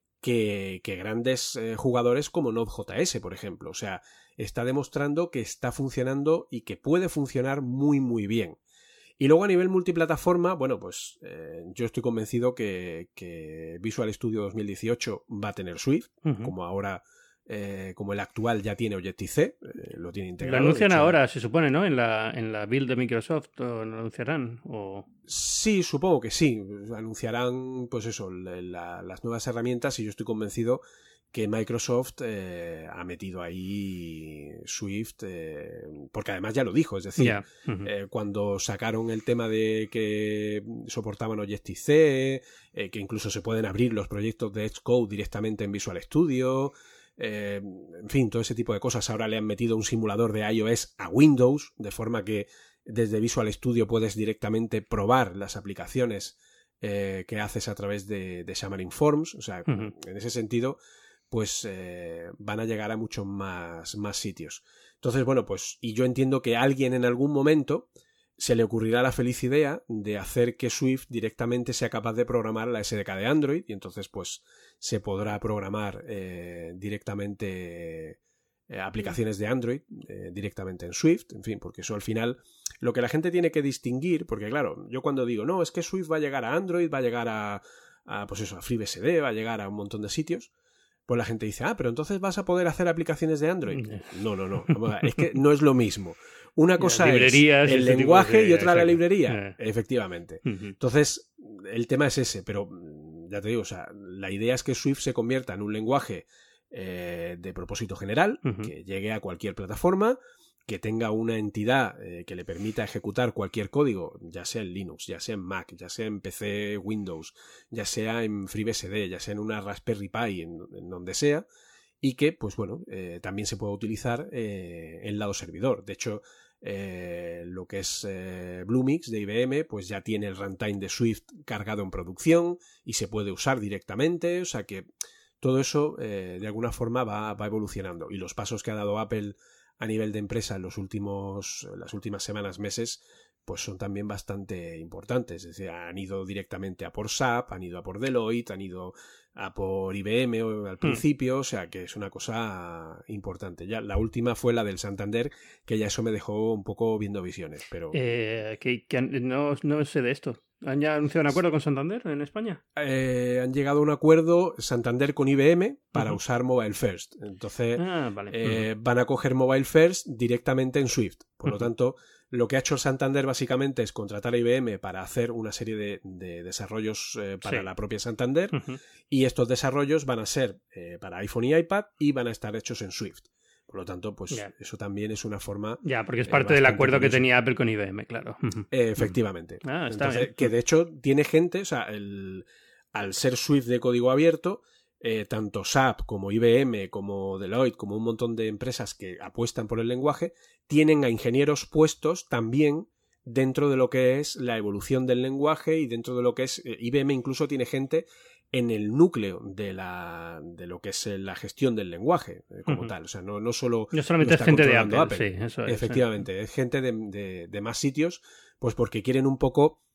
que, que grandes eh, jugadores como Node.js, por ejemplo. O sea, está demostrando que está funcionando y que puede funcionar muy, muy bien. Y luego a nivel multiplataforma, bueno, pues eh, yo estoy convencido que, que Visual Studio dos mil dieciocho va a tener Swift, uh-huh. como ahora... Eh, como el actual ya tiene Objective-C, eh, lo tiene integrado. Lo anuncian hecho, ahora, se supone, ¿no? En la, en la build de Microsoft, ¿o lo anunciarán? O... Sí, supongo que sí. Anunciarán, pues eso, la, la, las nuevas herramientas y yo estoy convencido que Microsoft eh, ha metido ahí Swift, eh, porque además ya lo dijo, es decir, yeah. uh-huh. eh, cuando sacaron el tema de que soportaban Objective-C, eh, que incluso se pueden abrir los proyectos de Xcode directamente en Visual Studio... Eh, en fin, todo ese tipo de cosas. Ahora le han metido un simulador de iOS a Windows, de forma que desde Visual Studio puedes directamente probar las aplicaciones eh, que haces a través de, de Xamarin Forms. O sea, uh-huh. en ese sentido, pues eh, van a llegar a muchos más, más sitios. Entonces, bueno, pues, y yo entiendo que a alguien en algún momento se le ocurrirá la feliz idea de hacer que Swift directamente sea capaz de programar la S D K de Android y entonces pues se podrá programar eh, directamente eh, aplicaciones de Android eh, directamente en Swift, en fin, porque eso al final lo que la gente tiene que distinguir, porque claro, yo cuando digo no, es que Swift va a llegar a Android, va a llegar a, a pues eso, a FreeBSD, va a llegar a un montón de sitios, pues la gente dice, ah, pero entonces vas a poder hacer aplicaciones de Android. No, no, no, es que no es lo mismo. Una cosa es el lenguaje de... y otra exacto. la librería. Eh. Efectivamente. Uh-huh. Entonces, el tema es ese, pero ya te digo, o sea, la idea es que Swift se convierta en un lenguaje eh, de propósito general, uh-huh. que llegue a cualquier plataforma, que tenga una entidad eh, que le permita ejecutar cualquier código, ya sea en Linux, ya sea en Mac, ya sea en P C Windows, ya sea en FreeBSD, ya sea en una Raspberry Pi, en, en donde sea, y que, pues bueno, eh, también se puede utilizar eh, en lado servidor. De hecho, eh, lo que es eh, Bluemix de I B M, pues ya tiene el runtime de Swift cargado en producción y se puede usar directamente, o sea que todo eso eh, de alguna forma va, va evolucionando. Y los pasos que ha dado Apple a nivel de empresa en los últimos, las últimas semanas, meses, pues son también bastante importantes. Es decir, han ido directamente a por S A P, han ido a por Deloitte, han ido a por I B M al principio, mm. o sea que es una cosa importante. Ya la última fue la del Santander, que ya eso me dejó un poco viendo visiones, pero... Eh, que, que no, no sé de esto. ¿Han ya anunciado un acuerdo con Santander en España? Eh, han llegado a un acuerdo Santander con I B M para uh-huh. usar Mobile First. Entonces ah, vale. eh, uh-huh. van a coger Mobile First directamente en Swift. Por uh-huh. lo tanto, lo que ha hecho Santander básicamente es contratar a I B M para hacer una serie de, de desarrollos eh, para sí. la propia Santander uh-huh. y estos desarrollos van a ser eh, para iPhone y iPad y van a estar hechos en Swift. Por lo tanto, pues yeah. eso también es una forma... Ya, porque es parte eh, del acuerdo curioso. que tenía Apple con I B M, claro. Eh, efectivamente. Ah, está Entonces, bien. Que de hecho tiene gente, o sea, el, al ser Swift de código abierto, eh, tanto S A P como I B M, como Deloitte, como un montón de empresas que apuestan por el lenguaje, tienen a ingenieros puestos también dentro de lo que es la evolución del lenguaje y dentro de lo que es... Eh, I B M incluso tiene gente en el núcleo de la de lo que es la gestión del lenguaje eh, como uh-huh. tal, o sea, no, no solo no solamente es gente de Apple, Apple. Sí, eso es, efectivamente, sí. es gente de, de, de más sitios, pues porque quieren un poco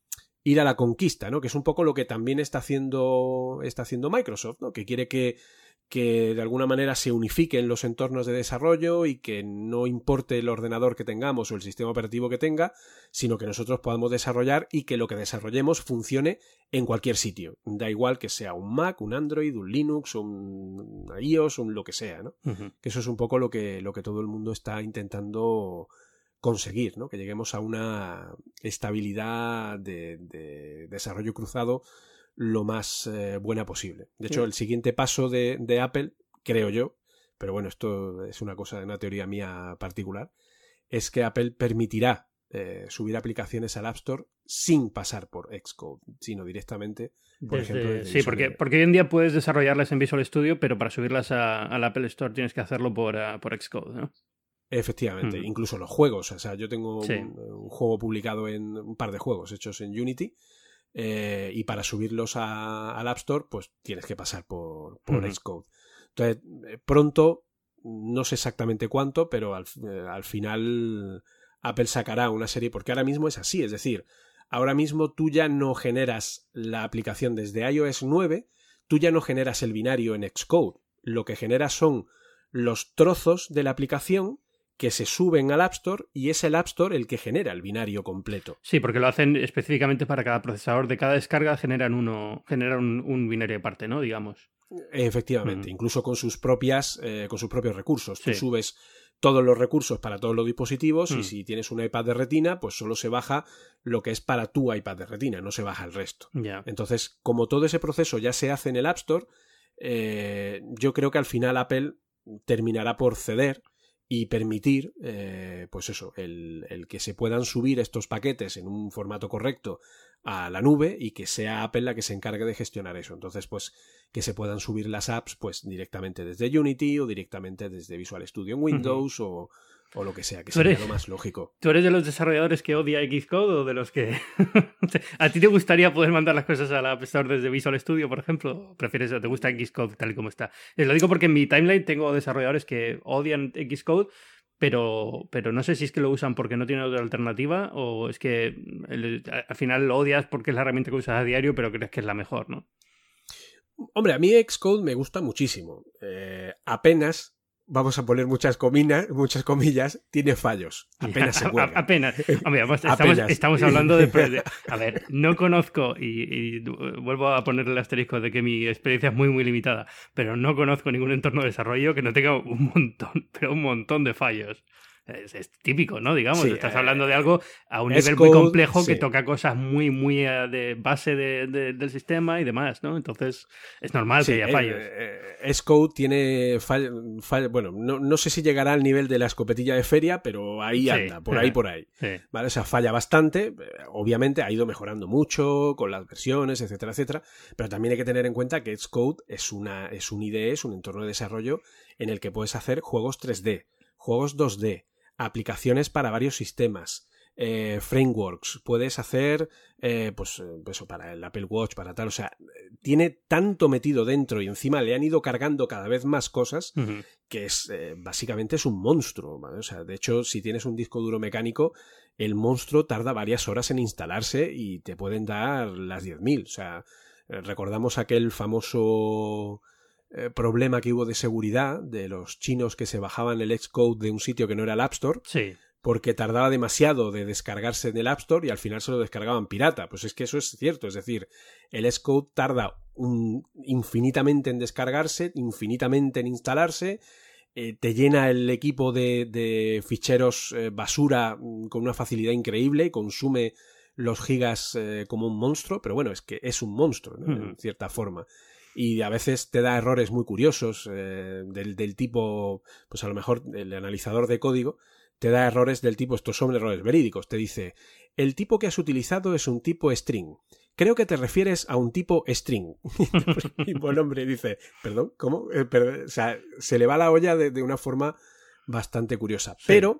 ir a la conquista, ¿no? Que es un poco lo que también está haciendo, está haciendo Microsoft, ¿no? Que quiere que, que de alguna manera se unifiquen los entornos de desarrollo y que no importe el ordenador que tengamos o el sistema operativo que tenga, sino que nosotros podamos desarrollar y que lo que desarrollemos funcione en cualquier sitio. Da igual que sea un Mac, un Android, un Linux, un iOS, un lo que sea, ¿no? Uh-huh. Que eso es un poco lo que, lo que todo el mundo está intentando conseguir, ¿no? Que lleguemos a una estabilidad de, de desarrollo cruzado lo más eh, buena posible. De hecho, sí. El siguiente paso de, de Apple, creo yo, pero bueno, esto es una cosa, una teoría mía particular, es que Apple permitirá eh, subir aplicaciones al App Store sin pasar por Xcode, sino directamente, por desde, ejemplo... Desde sí, porque, porque hoy en día puedes desarrollarlas en Visual Studio, pero para subirlas al Apple Store tienes que hacerlo por, uh, por Xcode, ¿no? Efectivamente, mm. incluso los juegos. O sea, yo tengo sí. un, un juego publicado en un par de juegos hechos en Unity eh, y para subirlos a, al App Store pues tienes que pasar por, por mm. Xcode. Entonces, eh, pronto, no sé exactamente cuánto, pero al, eh, al final Apple sacará una serie, porque ahora mismo es así, es decir, ahora mismo tú ya no generas la aplicación desde iOS nueve, tú ya no generas el binario en Xcode, lo que generas son los trozos de la aplicación que se suben al App Store y es el App Store el que genera el binario completo. Sí, porque lo hacen específicamente para cada procesador. De cada descarga generan uno, generan un, un binario aparte, ¿no? Digamos. Efectivamente, mm. incluso con sus propias, eh, con sus propios recursos. Sí. Tú subes todos los recursos para todos los dispositivos mm. y si tienes un iPad de retina, pues solo se baja lo que es para tu iPad de retina, no se baja el resto. Yeah. Entonces, como todo ese proceso ya se hace en el App Store, eh, yo creo que al final Apple terminará por ceder y permitir, eh, pues eso, el, el que se puedan subir estos paquetes en un formato correcto a la nube y que sea Apple la que se encargue de gestionar eso. Entonces, pues, que se puedan subir las apps, pues, directamente desde Unity o directamente desde Visual Studio en Windows uh-huh. o, o lo que sea, que sería lo más lógico. ¿Tú eres de los desarrolladores que odia Xcode o de los que... ¿A ti te gustaría poder mandar las cosas a la App Store desde Visual Studio, por ejemplo? ¿O prefieres o te gusta Xcode tal y como está? Les lo digo porque en mi timeline tengo desarrolladores que odian Xcode, pero, pero no sé si es que lo usan porque no tienen otra alternativa o es que el, al final lo odias porque es la herramienta que usas a diario, pero crees que es la mejor, ¿no? Hombre, a mí Xcode me gusta muchísimo. Eh, apenas... Vamos a poner muchas comillas, muchas comillas, tiene fallos. Apenas se cuelga. Apenas. Hombre, vamos, estamos, apenas. estamos hablando de, de... A ver, no conozco, y, y vuelvo a ponerle el asterisco de que mi experiencia es muy, muy limitada, pero no conozco ningún entorno de desarrollo que no tenga un montón, pero un montón de fallos. Es, es típico, ¿no? Digamos, sí, estás eh, hablando de algo a un nivel muy complejo sí. que toca cosas muy, muy de base de, de, del sistema y demás, ¿no? Entonces, es normal sí, que haya fallos. Eh, eh, Xcode tiene fall, fall, bueno, no, no sé si llegará al nivel de la escopetilla de feria, pero ahí sí, anda, por ahí, por ahí. Sí. ¿Vale? O sea, falla bastante. Obviamente ha ido mejorando mucho con las versiones, etcétera, etcétera. Pero también hay que tener en cuenta que Xcode es, una, es un I D E, es un entorno de desarrollo en el que puedes hacer juegos tres D, juegos dos D, aplicaciones para varios sistemas, eh, frameworks, puedes hacer eh, pues eso para el Apple Watch, para tal, o sea, tiene tanto metido dentro y encima le han ido cargando cada vez más cosas uh-huh. que es eh, básicamente es un monstruo, ¿vale? O sea, de hecho, si tienes un disco duro mecánico, el monstruo tarda varias horas en instalarse y te pueden dar las diez mil, o sea, eh, recordamos aquel famoso... Eh, problema que hubo de seguridad de los chinos que se bajaban el Xcode de un sitio que no era el App Store sí. porque tardaba demasiado de descargarse en el App Store y al final se lo descargaban pirata. Pues es que eso es cierto, es decir, el Xcode tarda un, infinitamente en descargarse, infinitamente en instalarse, eh, te llena el equipo de, de ficheros eh, basura con una facilidad increíble, consume los gigas eh, como un monstruo, pero bueno, es que es un monstruo, ¿no? Mm. En cierta forma. Y a veces te da errores muy curiosos eh, del, del tipo, pues a lo mejor el analizador de código te da errores del tipo, estos son errores verídicos, te dice, el tipo que has utilizado es un tipo string, creo que te refieres a un tipo string. Y buen hombre dice, perdón, ¿cómo? Eh, perdón. O sea, se le va la olla de, de una forma bastante curiosa, sí. Pero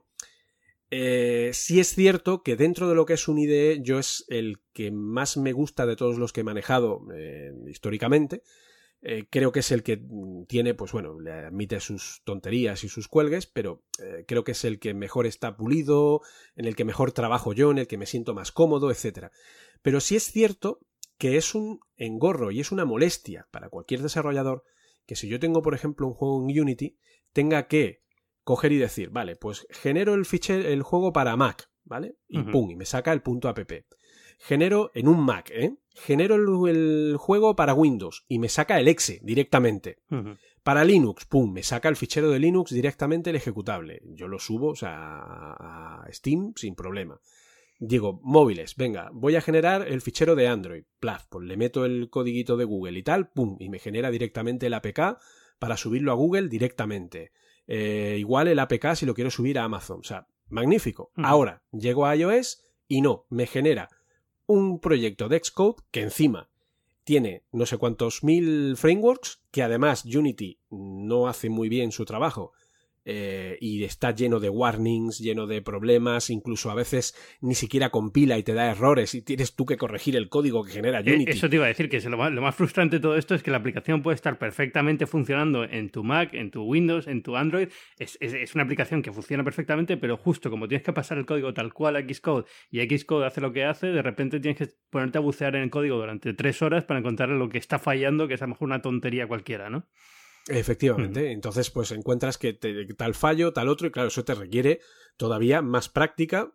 eh, sí es cierto que dentro de lo que es un I D E, yo es el que más me gusta de todos los que he manejado eh, históricamente. Eh, creo que es el que tiene, pues bueno, le admite sus tonterías y sus cuelgues, pero eh, creo que es el que mejor está pulido, en el que mejor trabajo yo, en el que me siento más cómodo, etcétera. Pero sí es cierto que es un engorro y es una molestia para cualquier desarrollador que si yo tengo, por ejemplo, un juego en Unity, tenga que coger y decir, vale, pues genero el fichero, el juego para Mac, ¿vale? Y uh-huh. pum, y me saca el punto app. Genero en un Mac, ¿eh? Genero el, el juego para Windows y me saca el exe directamente. Uh-huh. Para Linux, pum, me saca el fichero de Linux directamente el ejecutable. Yo lo subo, o sea, a Steam sin problema. Digo, móviles, venga, voy a generar el fichero de Android. Plaf, pues le meto el codiguito de Google y tal, pum, y me genera directamente el A P K para subirlo a Google directamente. Eh, igual el A P K si lo quiero subir a Amazon. O sea, magnífico. Uh-huh. Ahora, llego a iOS y no, me genera un proyecto de Xcode que encima tiene no sé cuántos mil frameworks, que además Unity no hace muy bien su trabajo eh, y está lleno de warnings, lleno de problemas, incluso a veces ni siquiera compila y te da errores y tienes tú que corregir el código que genera Unity. Eso te iba a decir, que lo más, lo más frustrante de todo esto es que la aplicación puede estar perfectamente funcionando en tu Mac, en tu Windows, en tu Android. Es, es, es una aplicación que funciona perfectamente, pero justo como tienes que pasar el código tal cual a Xcode y Xcode hace lo que hace, de repente tienes que ponerte a bucear en el código durante tres horas para encontrar lo que está fallando, que es a lo mejor una tontería cualquiera, ¿no? Efectivamente, uh-huh. Entonces pues encuentras que te, tal fallo, tal otro, y claro, eso te requiere todavía más práctica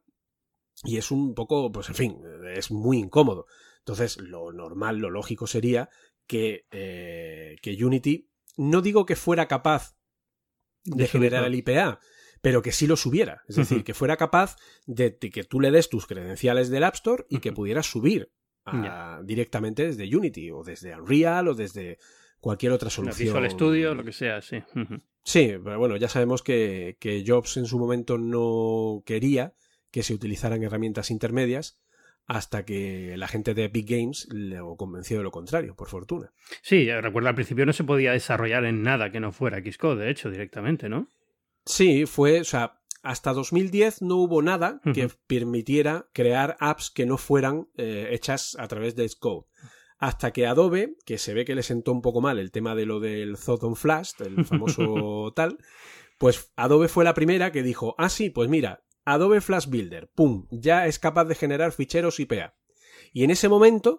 y es un poco, pues en fin, es muy incómodo. Entonces lo normal, lo lógico sería que, eh, que Unity, no digo que fuera capaz de, de generar el I P A, pero que sí lo subiera, es decir, uh-huh. que fuera capaz de, de que tú le des tus credenciales del App Store y uh-huh. que pudieras subir a, yeah. directamente desde Unity o desde Unreal o desde cualquier otra solución. Visual Studio, lo que sea, sí. Uh-huh. Sí, pero bueno, ya sabemos que, que Jobs en su momento no quería que se utilizaran herramientas intermedias hasta que la gente de Epic Games lo convenció de lo contrario, por fortuna. Sí, recuerdo al principio no se podía desarrollar en nada que no fuera Xcode, de hecho, directamente, ¿no? Sí, fue, o sea, hasta dos mil diez no hubo nada uh-huh. que permitiera crear apps que no fueran eh, hechas a través de Xcode. Hasta que Adobe, que se ve que le sentó un poco mal el tema de lo del Thought on Flash, el famoso tal, pues Adobe fue la primera que dijo, ah sí, pues mira, Adobe Flash Builder, pum, ya es capaz de generar ficheros I P A. Y en ese momento,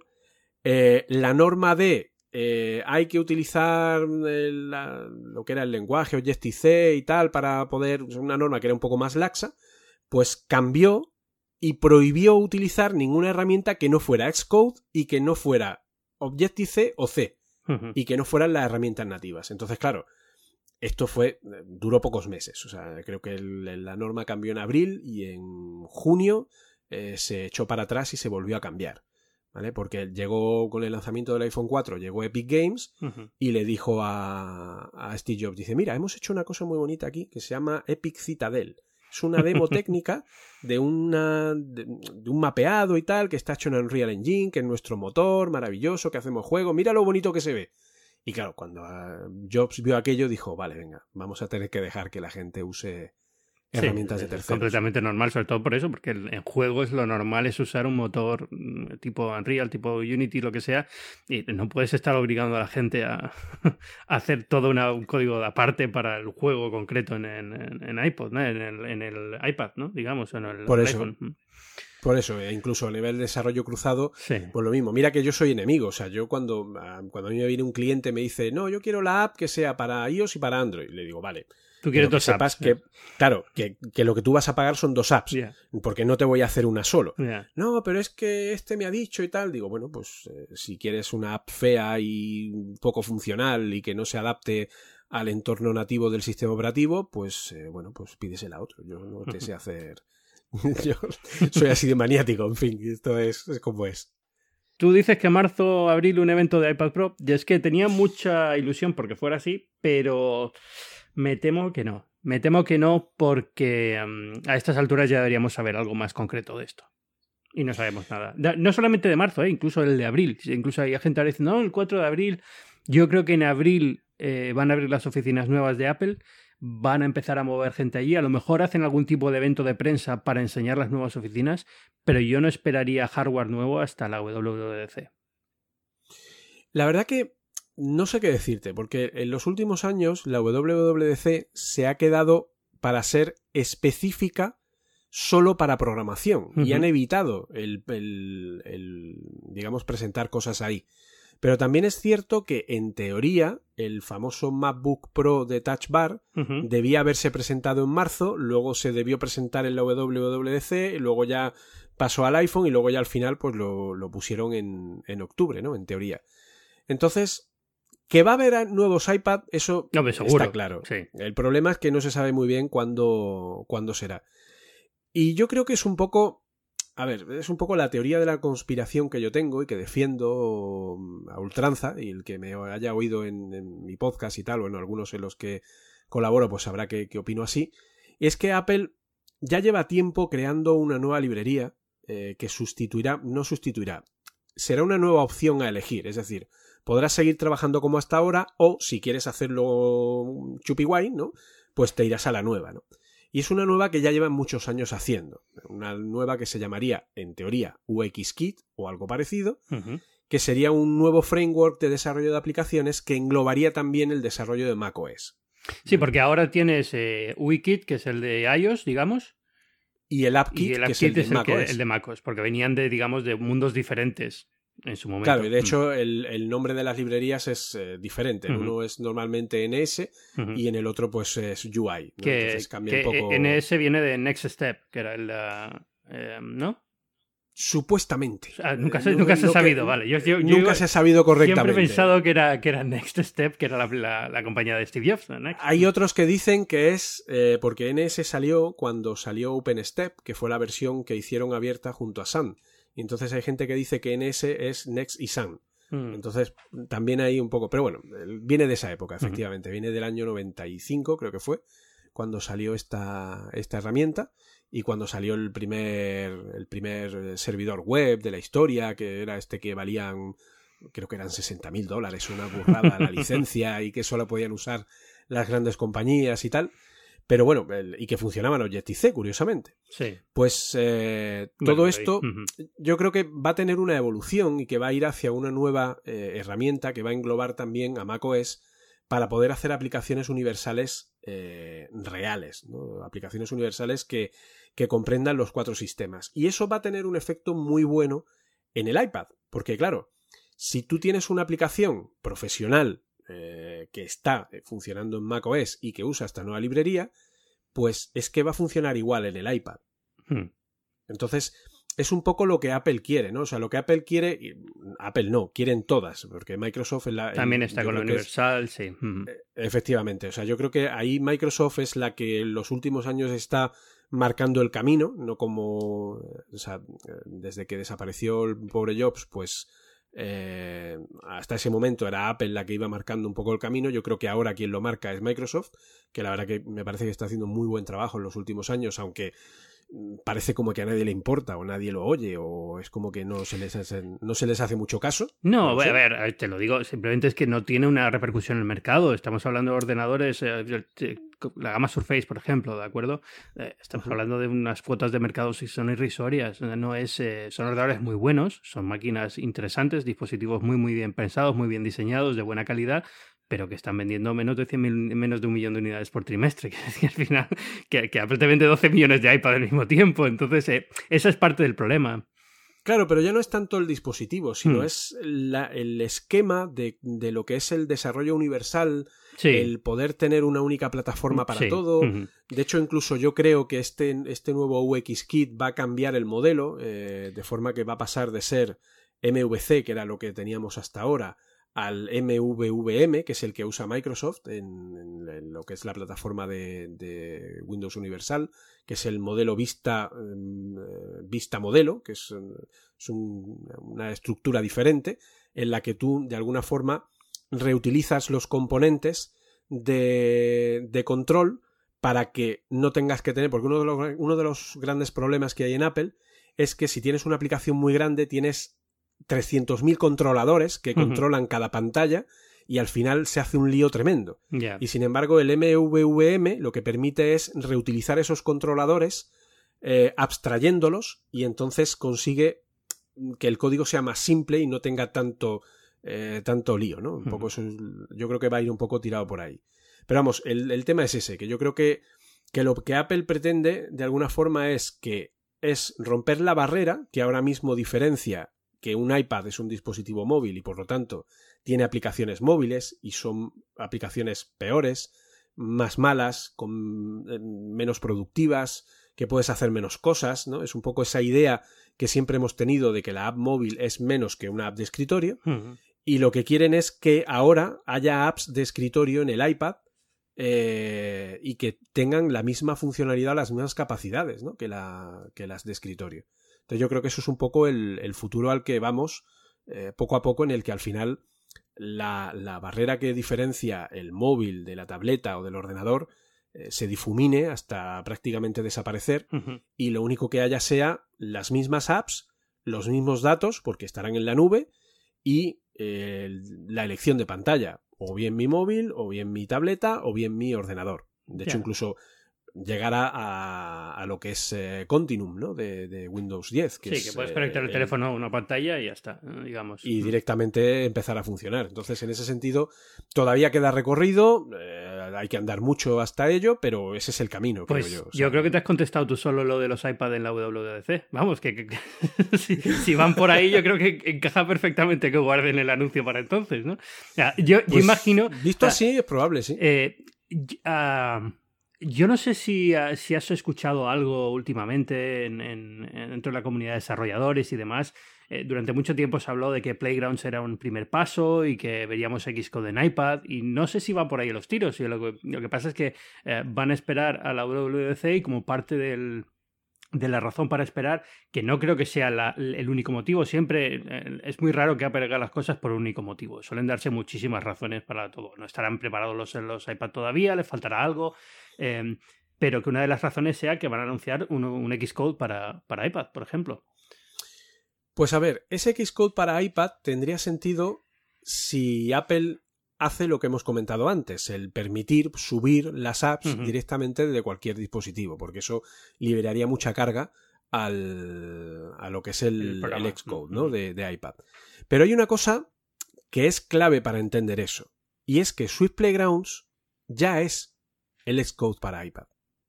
eh, la norma de eh, hay que utilizar el, la, lo que era el lenguaje Objective-C y tal para poder, una norma que era un poco más laxa, pues cambió y prohibió utilizar ninguna herramienta que no fuera Xcode y que no fuera Objective-C o C, uh-huh. y que no fueran las herramientas nativas. Entonces, claro, esto fue duró pocos meses. O sea, creo que el, la norma cambió en abril y en junio eh, se echó para atrás y se volvió a cambiar, ¿vale? Porque llegó con el lanzamiento del iPhone cuatro, llegó Epic Games uh-huh. y le dijo a, a Steve Jobs, dice, mira, hemos hecho una cosa muy bonita aquí que se llama Epic Citadel. Es una demo técnica de, una, de, de un mapeado y tal que está hecho en Unreal Engine, que es nuestro motor maravilloso, que hacemos juego. Mira lo bonito que se ve. Y claro, cuando uh, Jobs vio aquello dijo, vale, venga, vamos a tener que dejar que la gente use herramientas sí, de terceros. Es completamente normal, sobre todo por eso, porque en juegos lo normal es usar un motor tipo Unreal, tipo Unity, lo que sea, y no puedes estar obligando a la gente a, a hacer todo una, un código aparte para el juego concreto en, en, en iPod, ¿no? en, el, en el iPad, ¿no? Digamos, en el, por el eso, iPhone. Por eso, e incluso a nivel de desarrollo cruzado, sí. pues lo mismo. Mira que yo soy enemigo, o sea, yo cuando, cuando a mí me viene un cliente y me dice, no, yo quiero la app que sea para iOS y para Android, le digo, vale. Tú quieres que dos sepas apps. Que, yeah. Claro, que, que lo que tú vas a pagar son dos apps, yeah. porque no te voy a hacer una solo. Yeah. No, pero es que este me ha dicho y tal. Digo, bueno, pues eh, si quieres una app fea y poco funcional y que no se adapte al entorno nativo del sistema operativo, pues eh, bueno, pues pídesela a otro. Yo no te sé hacer... Yo soy así de maniático, en fin, esto es, es como es. Tú dices que marzo, abril, un evento de iPad Pro, y es que tenía mucha ilusión porque fuera así, pero me temo que no. Me temo que no porque um, a estas alturas ya deberíamos saber algo más concreto de esto. Y no sabemos nada. No solamente de marzo, ¿eh? Incluso el de abril. Incluso hay gente que dice, no, el cuatro de abril. Yo creo que en abril eh, van a abrir las oficinas nuevas de Apple. Van a empezar a mover gente allí, a lo mejor hacen algún tipo de evento de prensa para enseñar las nuevas oficinas, pero yo no esperaría hardware nuevo hasta la W W D C. La verdad que no sé qué decirte, porque en los últimos años la W W D C se ha quedado para ser específica solo para programación, uh-huh. y han evitado el, el, el, digamos, presentar cosas ahí. Pero también es cierto que, en teoría, el famoso MacBook Pro de Touch Bar uh-huh. debía haberse presentado en marzo, luego se debió presentar en la W W D C, y luego ya pasó al iPhone y luego ya al final pues lo, lo pusieron en, en octubre, ¿no? En teoría. Entonces, que va a haber nuevos iPad, eso no, está claro. Sí. El problema es que no se sabe muy bien cuándo, cuándo será. Y yo creo que es un poco... A ver, es un poco la teoría de la conspiración que yo tengo y que defiendo a ultranza, y el que me haya oído en, en mi podcast y tal, o en algunos en los que colaboro, pues sabrá que, que opino así, es que Apple ya lleva tiempo creando una nueva librería eh, que sustituirá, no sustituirá, será una nueva opción a elegir, es decir, podrás seguir trabajando como hasta ahora, o si quieres hacerlo chupi guay, ¿no? Pues te irás a la nueva, ¿no? Y es una nueva que ya llevan muchos años haciendo. Una nueva que se llamaría, en teoría, U X Kit o algo parecido, uh-huh. que sería un nuevo framework de desarrollo de aplicaciones que englobaría también el desarrollo de macOS. Sí, porque ahora tienes eh, U I Kit, que es el de iOS, digamos. Y el AppKit, y el App que es Kit el de es el, macOS. Que, el de macOS, porque venían de, digamos, de mundos diferentes en su momento. Claro, y de hecho mm. el, el nombre de las librerías es eh, diferente. Uh-huh. Uno es normalmente N S uh-huh. y en el otro pues es U I, ¿no? Que, Entonces cambia que un poco... N S viene de Next Step, que era el... Uh, eh, ¿no? Supuestamente. Ah, nunca se, eh, nunca se ha sabido, que, vale. Yo, yo, nunca yo se ha sabido correctamente. Siempre he pensado que era, que era Next Step, que era la, la, la compañía de Steve Jobs. ¿No? Hay otros que dicen que es eh, porque N S salió cuando salió OpenStep, que fue la versión que hicieron abierta junto a Sun. Y entonces hay gente que dice que N S es Next y Sun. Mm. Entonces también hay un poco... Pero bueno, viene de esa época, efectivamente. Mm. Viene del año noventa y cinco, creo que fue, cuando salió esta, esta herramienta. Y cuando salió el primer, el primer servidor web de la historia, que era este que valían, creo que eran sesenta mil dólares, una burrada la licencia, y que solo podían usar las grandes compañías y tal. Pero bueno, el, y que funcionaban Objective-C, curiosamente. Sí. Pues eh, todo bueno, esto uh-huh. yo creo que va a tener una evolución y que va a ir hacia una nueva eh, herramienta que va a englobar también a macOS para poder hacer aplicaciones universales eh, reales, ¿no? Aplicaciones universales que, que comprendan los cuatro sistemas. Y eso va a tener un efecto muy bueno en el iPad, porque claro, si tú tienes una aplicación profesional eh, que está funcionando en macOS y que usa esta nueva librería, pues es que va a funcionar igual en el iPad. Hmm. Entonces, es un poco lo que Apple quiere, ¿no? O sea, lo que Apple quiere... Apple no, quieren todas, porque Microsoft... Es la, También está con la Universal, es, sí. Uh-huh. Efectivamente, o sea, yo creo que ahí Microsoft es la que en los últimos años está marcando el camino, no como... O sea, desde que desapareció el pobre Jobs, pues... Eh, hasta ese momento era Apple la que iba marcando un poco el camino. Yo creo que ahora quien lo marca es Microsoft, que la verdad que me parece que está haciendo muy buen trabajo en los últimos años, aunque parece como que a nadie le importa o nadie lo oye o es como que no se les hace, no se les hace mucho caso. No, no a ver, te lo digo, simplemente es que no tiene una repercusión en el mercado. Estamos hablando de ordenadores, eh, la gama Surface, por ejemplo, ¿de acuerdo? Eh, estamos uh-huh. hablando de unas cuotas de mercado que son irrisorias. No es, eh, son ordenadores muy buenos, son máquinas interesantes, dispositivos muy, muy bien pensados, muy bien diseñados, de buena calidad, pero que están vendiendo menos de cien mil, menos de un millón de unidades por trimestre, que es que al final que, que Apple te vende doce millones de iPad al mismo tiempo. Entonces, eh, esa es parte del problema. Claro, pero ya no es tanto el dispositivo, sino hmm. es la, el esquema de, de lo que es el desarrollo universal, sí. el poder tener una única plataforma para sí. todo. Uh-huh. De hecho, incluso yo creo que este, este nuevo U X Kit va a cambiar el modelo, eh, de forma que va a pasar de ser M V C, que era lo que teníamos hasta ahora, al M V V M, que es el que usa Microsoft en, en, en lo que es la plataforma de, de Windows Universal, que es el modelo Vista, eh, Vista modelo, que es, es un, una estructura diferente en la que tú de alguna forma reutilizas los componentes de, de control para que no tengas que tener, porque uno de, los, uno de los grandes problemas que hay en Apple es que si tienes una aplicación muy grande tienes trescientos mil controladores que uh-huh. controlan cada pantalla y al final se hace un lío tremendo. Yeah. Y sin embargo el M V V M lo que permite es reutilizar esos controladores eh, abstrayéndolos y entonces consigue que el código sea más simple y no tenga tanto eh, tanto lío, ¿no? Un poco eso es, yo creo que va a ir un poco tirado por ahí. Pero vamos, el, el tema es ese, que yo creo que, que lo que Apple pretende de alguna forma es que es romper la barrera que ahora mismo diferencia que un iPad es un dispositivo móvil y por lo tanto tiene aplicaciones móviles y son aplicaciones peores, más malas, con, eh, menos productivas, que puedes hacer menos cosas, ¿no? Es un poco esa idea que siempre hemos tenido de que la app móvil es menos que una app de escritorio. Uh-huh. Y lo que quieren es que ahora haya apps de escritorio en el iPad eh, y que tengan la misma funcionalidad, las mismas capacidades, ¿no? que, la, que las de escritorio. Entonces yo creo que eso es un poco el, el futuro al que vamos eh, poco a poco, en el que al final la, la barrera que diferencia el móvil de la tableta o del ordenador eh, se difumine hasta prácticamente desaparecer. Uh-huh. Y lo único que haya sea las mismas apps, los mismos datos, porque estarán en la nube, y eh, la elección de pantalla, o bien mi móvil, o bien mi tableta, o bien mi ordenador. De hecho, yeah. incluso llegar a, a lo que es eh, Continuum, ¿no? De, de Windows diez. Que sí, es, que puedes conectar eh, el teléfono a una pantalla y ya está, digamos. Y directamente empezar a funcionar. Entonces, en ese sentido, todavía queda recorrido, eh, hay que andar mucho hasta ello, pero ese es el camino, pues creo yo. O sea, yo creo que te has contestado tú solo lo de los iPad en la W W D C. Vamos, que, que, que si, si van por ahí, yo creo que encaja perfectamente que guarden el anuncio para entonces, ¿no? O sea, yo, pues, yo imagino... Visto o sea, así, es probable, sí. Eh, uh, Yo no sé si, si has escuchado algo últimamente en, en, en, dentro de la comunidad de desarrolladores y demás. Eh, durante mucho tiempo se habló de que Playgrounds era un primer paso y que veríamos Xcode en iPad, y no sé si va por ahí los tiros. Y lo, que, lo que pasa es que eh, van a esperar a la W W D C, y como parte del... de la razón para esperar, que no creo que sea la, el único motivo. Siempre eh, es muy raro que Apple haga las cosas por un único motivo. Suelen darse muchísimas razones para todo. No estarán preparados los, los iPad todavía, les faltará algo, eh, pero que una de las razones sea que van a anunciar un, un Xcode para, para iPad, por ejemplo. Pues a ver, ese Xcode para iPad tendría sentido si Apple hace lo que hemos comentado antes, el permitir subir las apps uh-huh. directamente de cualquier dispositivo, porque eso liberaría mucha carga al, a lo que es el, el, el Xcode, ¿no? uh-huh. de, de iPad. Pero hay una cosa que es clave para entender eso, y es que Swift Playgrounds ya es el Xcode para iPad.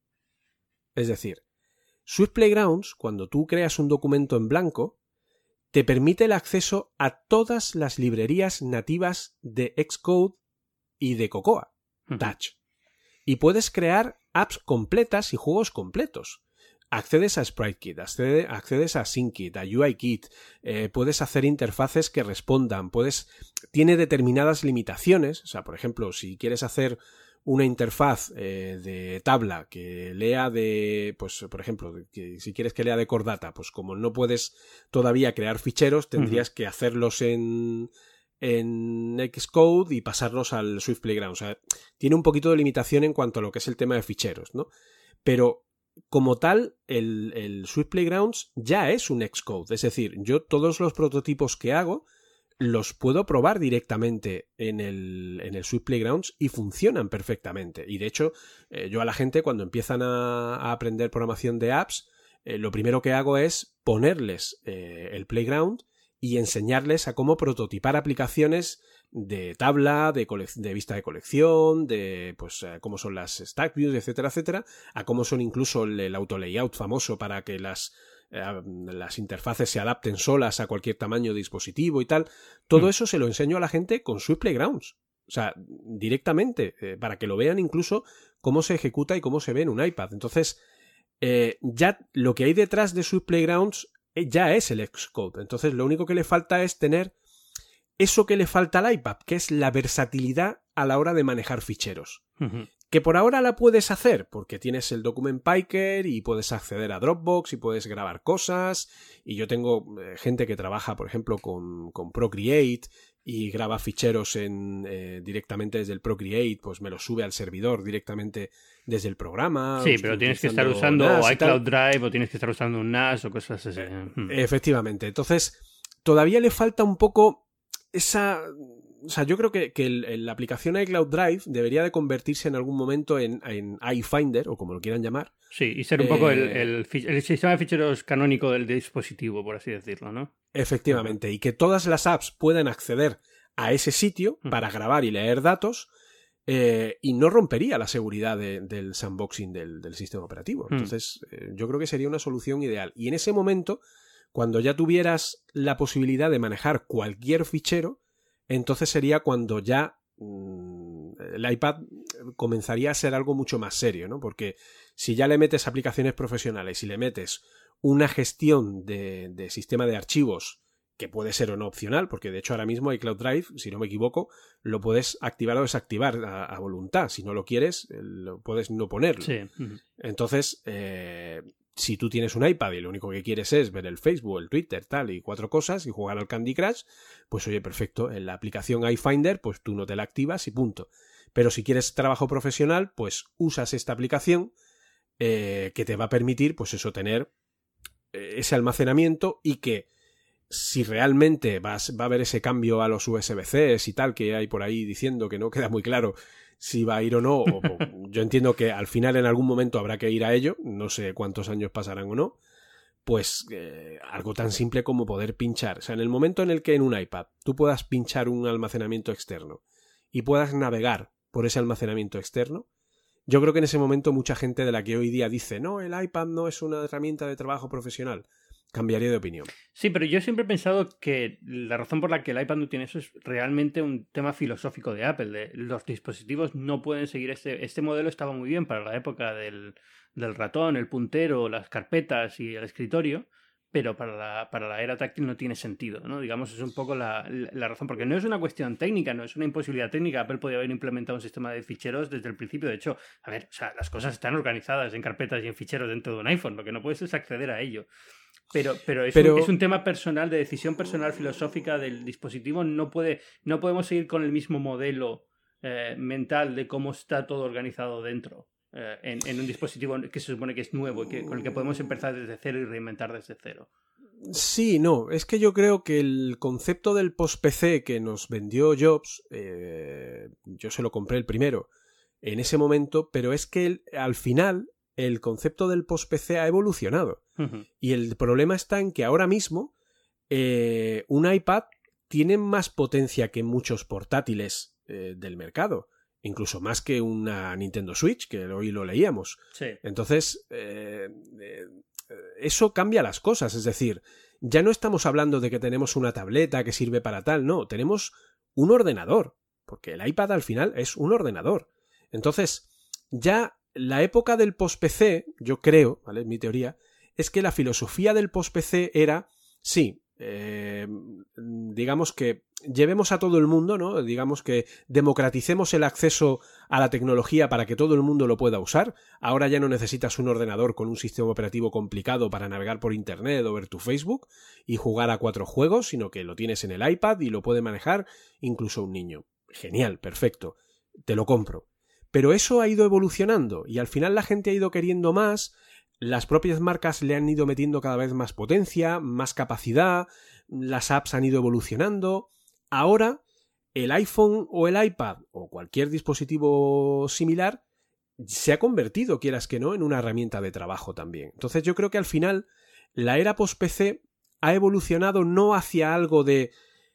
Es decir, Swift Playgrounds, cuando tú creas un documento en blanco, te permite el acceso a todas las librerías nativas de Xcode y de Cocoa, uh-huh. Touch. Y puedes crear apps completas y juegos completos. Accedes a SpriteKit, accede, accedes a SceneKit, a UIKit, eh, puedes hacer interfaces que respondan, puedes, tiene determinadas limitaciones. O sea, por ejemplo, si quieres hacer una interfaz eh, de tabla que lea de, pues por ejemplo, que si quieres que lea de Core Data, pues como no puedes todavía crear ficheros, tendrías uh-huh. que hacerlos en, en Xcode y pasarlos al Swift Playground. O sea, tiene un poquito de limitación en cuanto a lo que es el tema de ficheros, ¿no? Pero como tal, el, el Swift Playgrounds ya es un Xcode. Es decir, yo todos los prototipos que hago los puedo probar directamente en el, en el Swift Playgrounds y funcionan perfectamente. Y de hecho, eh, yo a la gente cuando empiezan a, a aprender programación de apps, eh, lo primero que hago es ponerles eh, el Playground y enseñarles a cómo prototipar aplicaciones de tabla, de, colec- de vista de colección, de pues eh, cómo son las stack views, etcétera, etcétera, a cómo son incluso el, el auto layout famoso para que las las interfaces se adapten solas a cualquier tamaño de dispositivo y tal. Todo mm. eso se lo enseño a la gente con Swift Playgrounds. O sea, directamente, eh, para que lo vean incluso cómo se ejecuta y cómo se ve en un iPad. Entonces, eh, ya lo que hay detrás de Swift Playgrounds eh, ya es el Xcode. Entonces, lo único que le falta es tener eso que le falta al iPad, que es la versatilidad a la hora de manejar ficheros. Uh-huh. Que por ahora la puedes hacer porque tienes el Document Piker y puedes acceder a Dropbox y puedes grabar cosas, y yo tengo eh, gente que trabaja por ejemplo con, con Procreate y graba ficheros en, eh, directamente desde el Procreate, pues me los sube al servidor directamente desde el programa. Sí, pero tienes que estar usando iCloud Drive o tienes que estar usando un N A S o cosas así. Eh, efectivamente, entonces todavía le falta un poco esa... O sea, yo creo que, que el, el, la aplicación iCloud Drive debería de convertirse en algún momento en, en iFinder, o como lo quieran llamar. Sí, y ser un eh, poco el, el, el sistema de ficheros canónico del dispositivo, por así decirlo, ¿no? Efectivamente, uh-huh. y que todas las apps puedan acceder a ese sitio para grabar y leer datos eh, y no rompería la seguridad de, del sandboxing del, del sistema operativo. Entonces, eh, yo creo que sería una solución ideal. Y en ese momento, cuando ya tuvieras la posibilidad de manejar cualquier fichero, entonces sería cuando ya mmm, el iPad comenzaría a ser algo mucho más serio, ¿no? Porque si ya le metes aplicaciones profesionales y le metes una gestión de, de sistema de archivos que puede ser o no opcional, porque de hecho ahora mismo iCloud Drive, si no me equivoco, lo puedes activar o desactivar a, a voluntad. Si no lo quieres, lo puedes no ponerlo. Sí. Uh-huh. Entonces, eh, si tú tienes un iPad y lo único que quieres es ver el Facebook, el Twitter, tal, y cuatro cosas, y jugar al Candy Crush, pues oye, perfecto. En la aplicación iFinder, pues tú no te la activas y punto. Pero si quieres trabajo profesional, pues usas esta aplicación eh, que te va a permitir, pues eso, tener eh, ese almacenamiento y que si realmente vas, va a haber ese cambio a los U S B Cs y tal que hay por ahí diciendo que no queda muy claro si va a ir o no, o, o, yo entiendo que al final en algún momento habrá que ir a ello, no sé cuántos años pasarán o no, pues eh, algo tan simple como poder pinchar. O sea, en el momento en el que en un iPad tú puedas pinchar un almacenamiento externo y puedas navegar por ese almacenamiento externo, yo creo que en ese momento mucha gente de la que hoy día dice no, el iPad no es una herramienta de trabajo profesional, cambiaría de opinión. Sí, pero yo siempre he pensado que la razón por la que el iPad no tiene eso es realmente un tema filosófico de Apple. De los dispositivos no pueden seguir este... Este modelo estaba muy bien para la época del, del ratón, el puntero, las carpetas y el escritorio, pero para la, para la era táctil no tiene sentido, ¿no? Digamos, es un poco la, la razón, porque no es una cuestión técnica, no es una imposibilidad técnica. Apple podría haber implementado un sistema de ficheros desde el principio. De hecho, a ver, o sea, las cosas están organizadas en carpetas y en ficheros dentro de un iPhone. Lo que no puedes es acceder a ello. Pero, pero, es, pero... Un, es un tema personal, de decisión personal filosófica del dispositivo. No puede, no podemos seguir con el mismo modelo eh, mental de cómo está todo organizado dentro eh, en, en un dispositivo que se supone que es nuevo y que, con el que podemos empezar desde cero y reinventar desde cero. Sí, no, es que yo creo que el concepto del post-P C que nos vendió Jobs, eh, yo se lo compré el primero en ese momento, pero es que el, al final el concepto del post-P C ha evolucionado. Uh-huh. Y el problema está en que ahora mismo eh, un iPad tiene más potencia que muchos portátiles eh, del mercado. Incluso más que una Nintendo Switch, que hoy lo leíamos. Sí. Entonces, eh, eh, eso cambia las cosas. Es decir, ya no estamos hablando de que tenemos una tableta que sirve para tal. No, tenemos un ordenador. Porque el iPad al final es un ordenador. Entonces, ya la época del post-P C, yo creo, ¿vale? Mi teoría, es que la filosofía del post-P C era, sí, eh, digamos que llevemos a todo el mundo, ¿no? Digamos que democraticemos el acceso a la tecnología para que todo el mundo lo pueda usar. Ahora ya no necesitas un ordenador con un sistema operativo complicado para navegar por internet o ver tu Facebook y jugar a cuatro juegos, sino que lo tienes en el iPad y lo puede manejar incluso un niño. Genial, perfecto, te lo compro. Pero eso ha ido evolucionando y al final la gente ha ido queriendo más, las propias marcas le han ido metiendo cada vez más potencia, más capacidad, las apps han ido evolucionando. Ahora el iPhone o el iPad o cualquier dispositivo similar se ha convertido, quieras que no, en una herramienta de trabajo también. Entonces yo creo que al final la era post-P C ha evolucionado no hacia algo de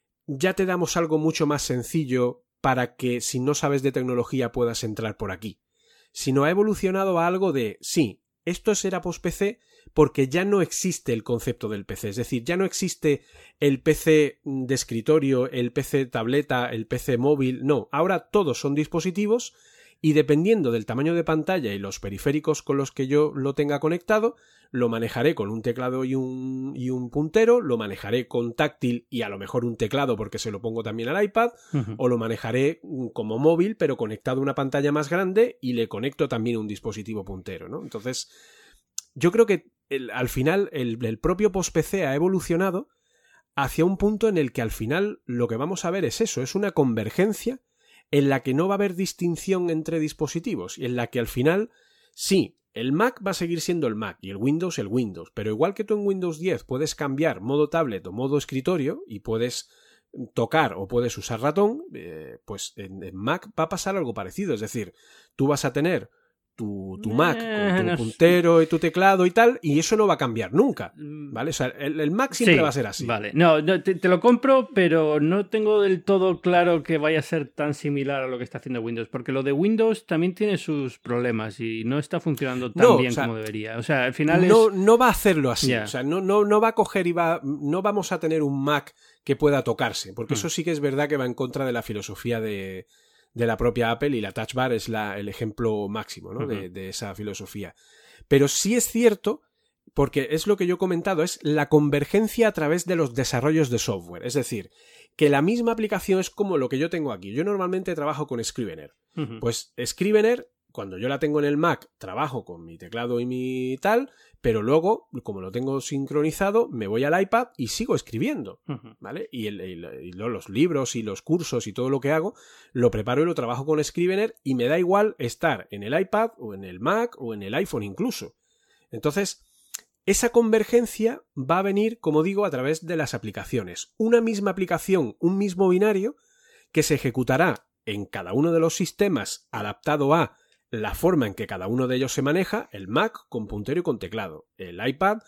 ya te damos algo mucho más sencillo para que si no sabes de tecnología puedas entrar por aquí, sino ha evolucionado a algo de, sí, esto es era post-P C porque ya no existe el concepto del P C, es decir, ya no existe el P C de escritorio, el P C tableta, el P C móvil, no, ahora todos son dispositivos y dependiendo del tamaño de pantalla y los periféricos con los que yo lo tenga conectado, lo manejaré con un teclado y un, y un puntero, lo manejaré con táctil y a lo mejor un teclado porque se lo pongo también al iPad, uh-huh. o lo manejaré como móvil pero conectado a una pantalla más grande y le conecto también un dispositivo puntero, ¿no? Entonces, yo creo que el, al final el, el propio post-P C ha evolucionado hacia un punto en el que al final lo que vamos a ver es eso, es una convergencia en la que no va a haber distinción entre dispositivos y en la que al final, sí, el Mac va a seguir siendo el Mac y el Windows el Windows, pero igual que tú en Windows diez puedes cambiar modo tablet o modo escritorio y puedes tocar o puedes usar ratón, eh, pues en, en Mac va a pasar algo parecido, es decir, tú vas a tener tu, tu Mac eh, con tu no puntero y tu teclado y tal, y eso no va a cambiar nunca, ¿vale? O sea, el, el Mac siempre sí, va a ser así. Vale, no, no te, te lo compro, pero no tengo del todo claro que vaya a ser tan similar a lo que está haciendo Windows, porque lo de Windows también tiene sus problemas y no está funcionando tan No, bien o sea, como debería. O sea, al final no, es... no va a hacerlo así. Yeah. O sea, no, no, no va a coger y va. No vamos a tener un Mac que pueda tocarse, porque Mm. eso sí que es verdad que va en contra de la filosofía de, de la propia Apple, y la Touch Bar es la, el ejemplo máximo, ¿no? Uh-huh. de, de esa filosofía. Pero sí es cierto, porque es lo que yo he comentado, es la convergencia a través de los desarrollos de software. Es decir, que la misma aplicación es como lo que yo tengo aquí. Yo normalmente trabajo con Scrivener. Uh-huh. Pues Scrivener, cuando yo la tengo en el Mac, trabajo con mi teclado y mi tal, pero luego, como lo tengo sincronizado, me voy al iPad y sigo escribiendo, Uh-huh. ¿vale? Y, el, el, y los libros y los cursos y todo lo que hago, lo preparo y lo trabajo con Scrivener, y me da igual estar en el iPad o en el Mac o en el iPhone incluso. Entonces, esa convergencia va a venir, como digo, a través de las aplicaciones. Una misma aplicación, un mismo binario, que se ejecutará en cada uno de los sistemas adaptado a la forma en que cada uno de ellos se maneja, el Mac con puntero y con teclado, el iPad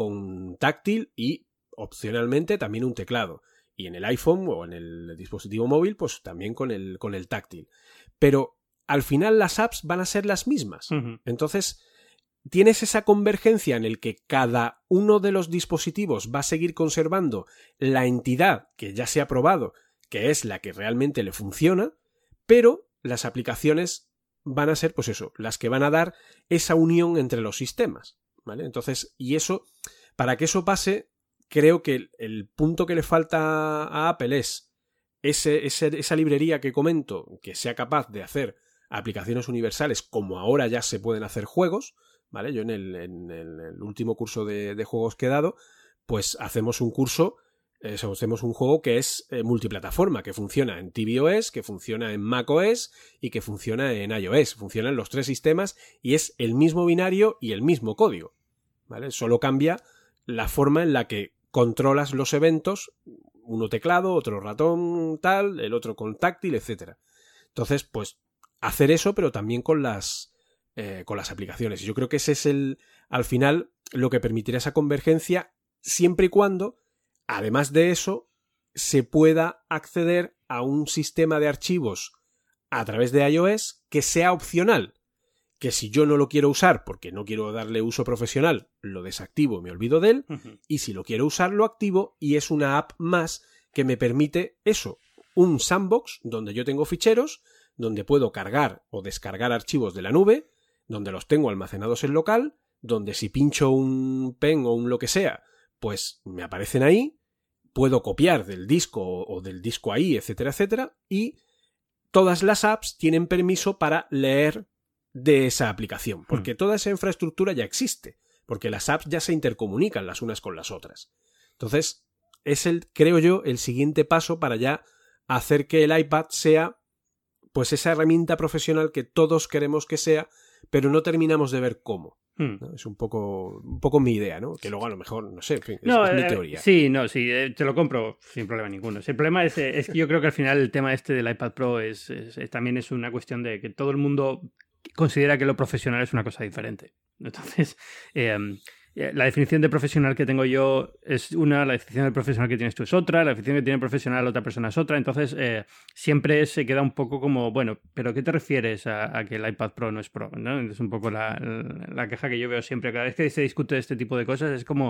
con táctil y opcionalmente también un teclado, y en el iPhone o en el dispositivo móvil pues también con el, con el táctil. Pero al final las apps van a ser las mismas. Uh-huh. Entonces tienes esa convergencia en el que cada uno de los dispositivos va a seguir conservando la entidad que ya se ha probado, que es la que realmente le funciona, pero las aplicaciones van a ser, pues eso, las que van a dar esa unión entre los sistemas, ¿vale? Entonces, y eso, para que eso pase, creo que el, el punto que le falta a Apple es ese, ese, esa librería que comento, que sea capaz de hacer aplicaciones universales, como ahora ya se pueden hacer juegos, ¿vale? Yo en el, en el, el último curso de, de juegos que he dado, pues hacemos un curso, Eh, hacemos un juego que es eh, multiplataforma, que funciona en tvOS, que funciona en macOS y que funciona en iOS. Funcionan los tres sistemas y es el mismo binario y el mismo código, ¿vale? Solo cambia la forma en la que controlas los eventos, uno teclado, otro ratón, tal, el otro con táctil, etcétera. Entonces, pues, hacer eso, pero también con las, eh, con las aplicaciones. Yo creo que ese es el, al final, lo que permitirá esa convergencia, siempre y cuando, además de eso, se pueda acceder a un sistema de archivos a través de iOS que sea opcional, que si yo no lo quiero usar porque no quiero darle uso profesional, lo desactivo, me olvido de él, uh-huh. Y si lo quiero usar, lo activo, y es una app más que me permite eso, un sandbox donde yo tengo ficheros, donde puedo cargar o descargar archivos de la nube, donde los tengo almacenados en local, donde si pincho un pen o un lo que sea, pues me aparecen ahí, puedo copiar del disco o del disco ahí, etcétera, etcétera, y todas las apps tienen permiso para leer de esa aplicación, porque toda esa infraestructura ya existe, porque las apps ya se intercomunican las unas con las otras. Entonces, es el, creo yo, el siguiente paso para ya hacer que el iPad sea, pues, esa herramienta profesional que todos queremos que sea, pero no terminamos de ver cómo. Hmm. ¿No? Es un poco, un poco mi idea, ¿no? Que luego a lo mejor, no sé, en fin, es, no, es eh, mi teoría. Sí, no, sí, eh, te lo compro sin problema ninguno. El problema es, eh, es que yo creo que al final el tema este del iPad Pro es, es, es también es una cuestión de que todo el mundo considera que lo profesional es una cosa diferente. Entonces, eh, la definición de profesional que tengo yo es una, la definición de profesional que tienes tú es otra, la definición que tiene profesional otra persona es otra, entonces eh, siempre se queda un poco como, bueno, ¿pero qué te refieres a, a que el iPad Pro no es Pro? ¿No? Es un poco la, la queja que yo veo siempre. Cada vez que se discute de este tipo de cosas es como...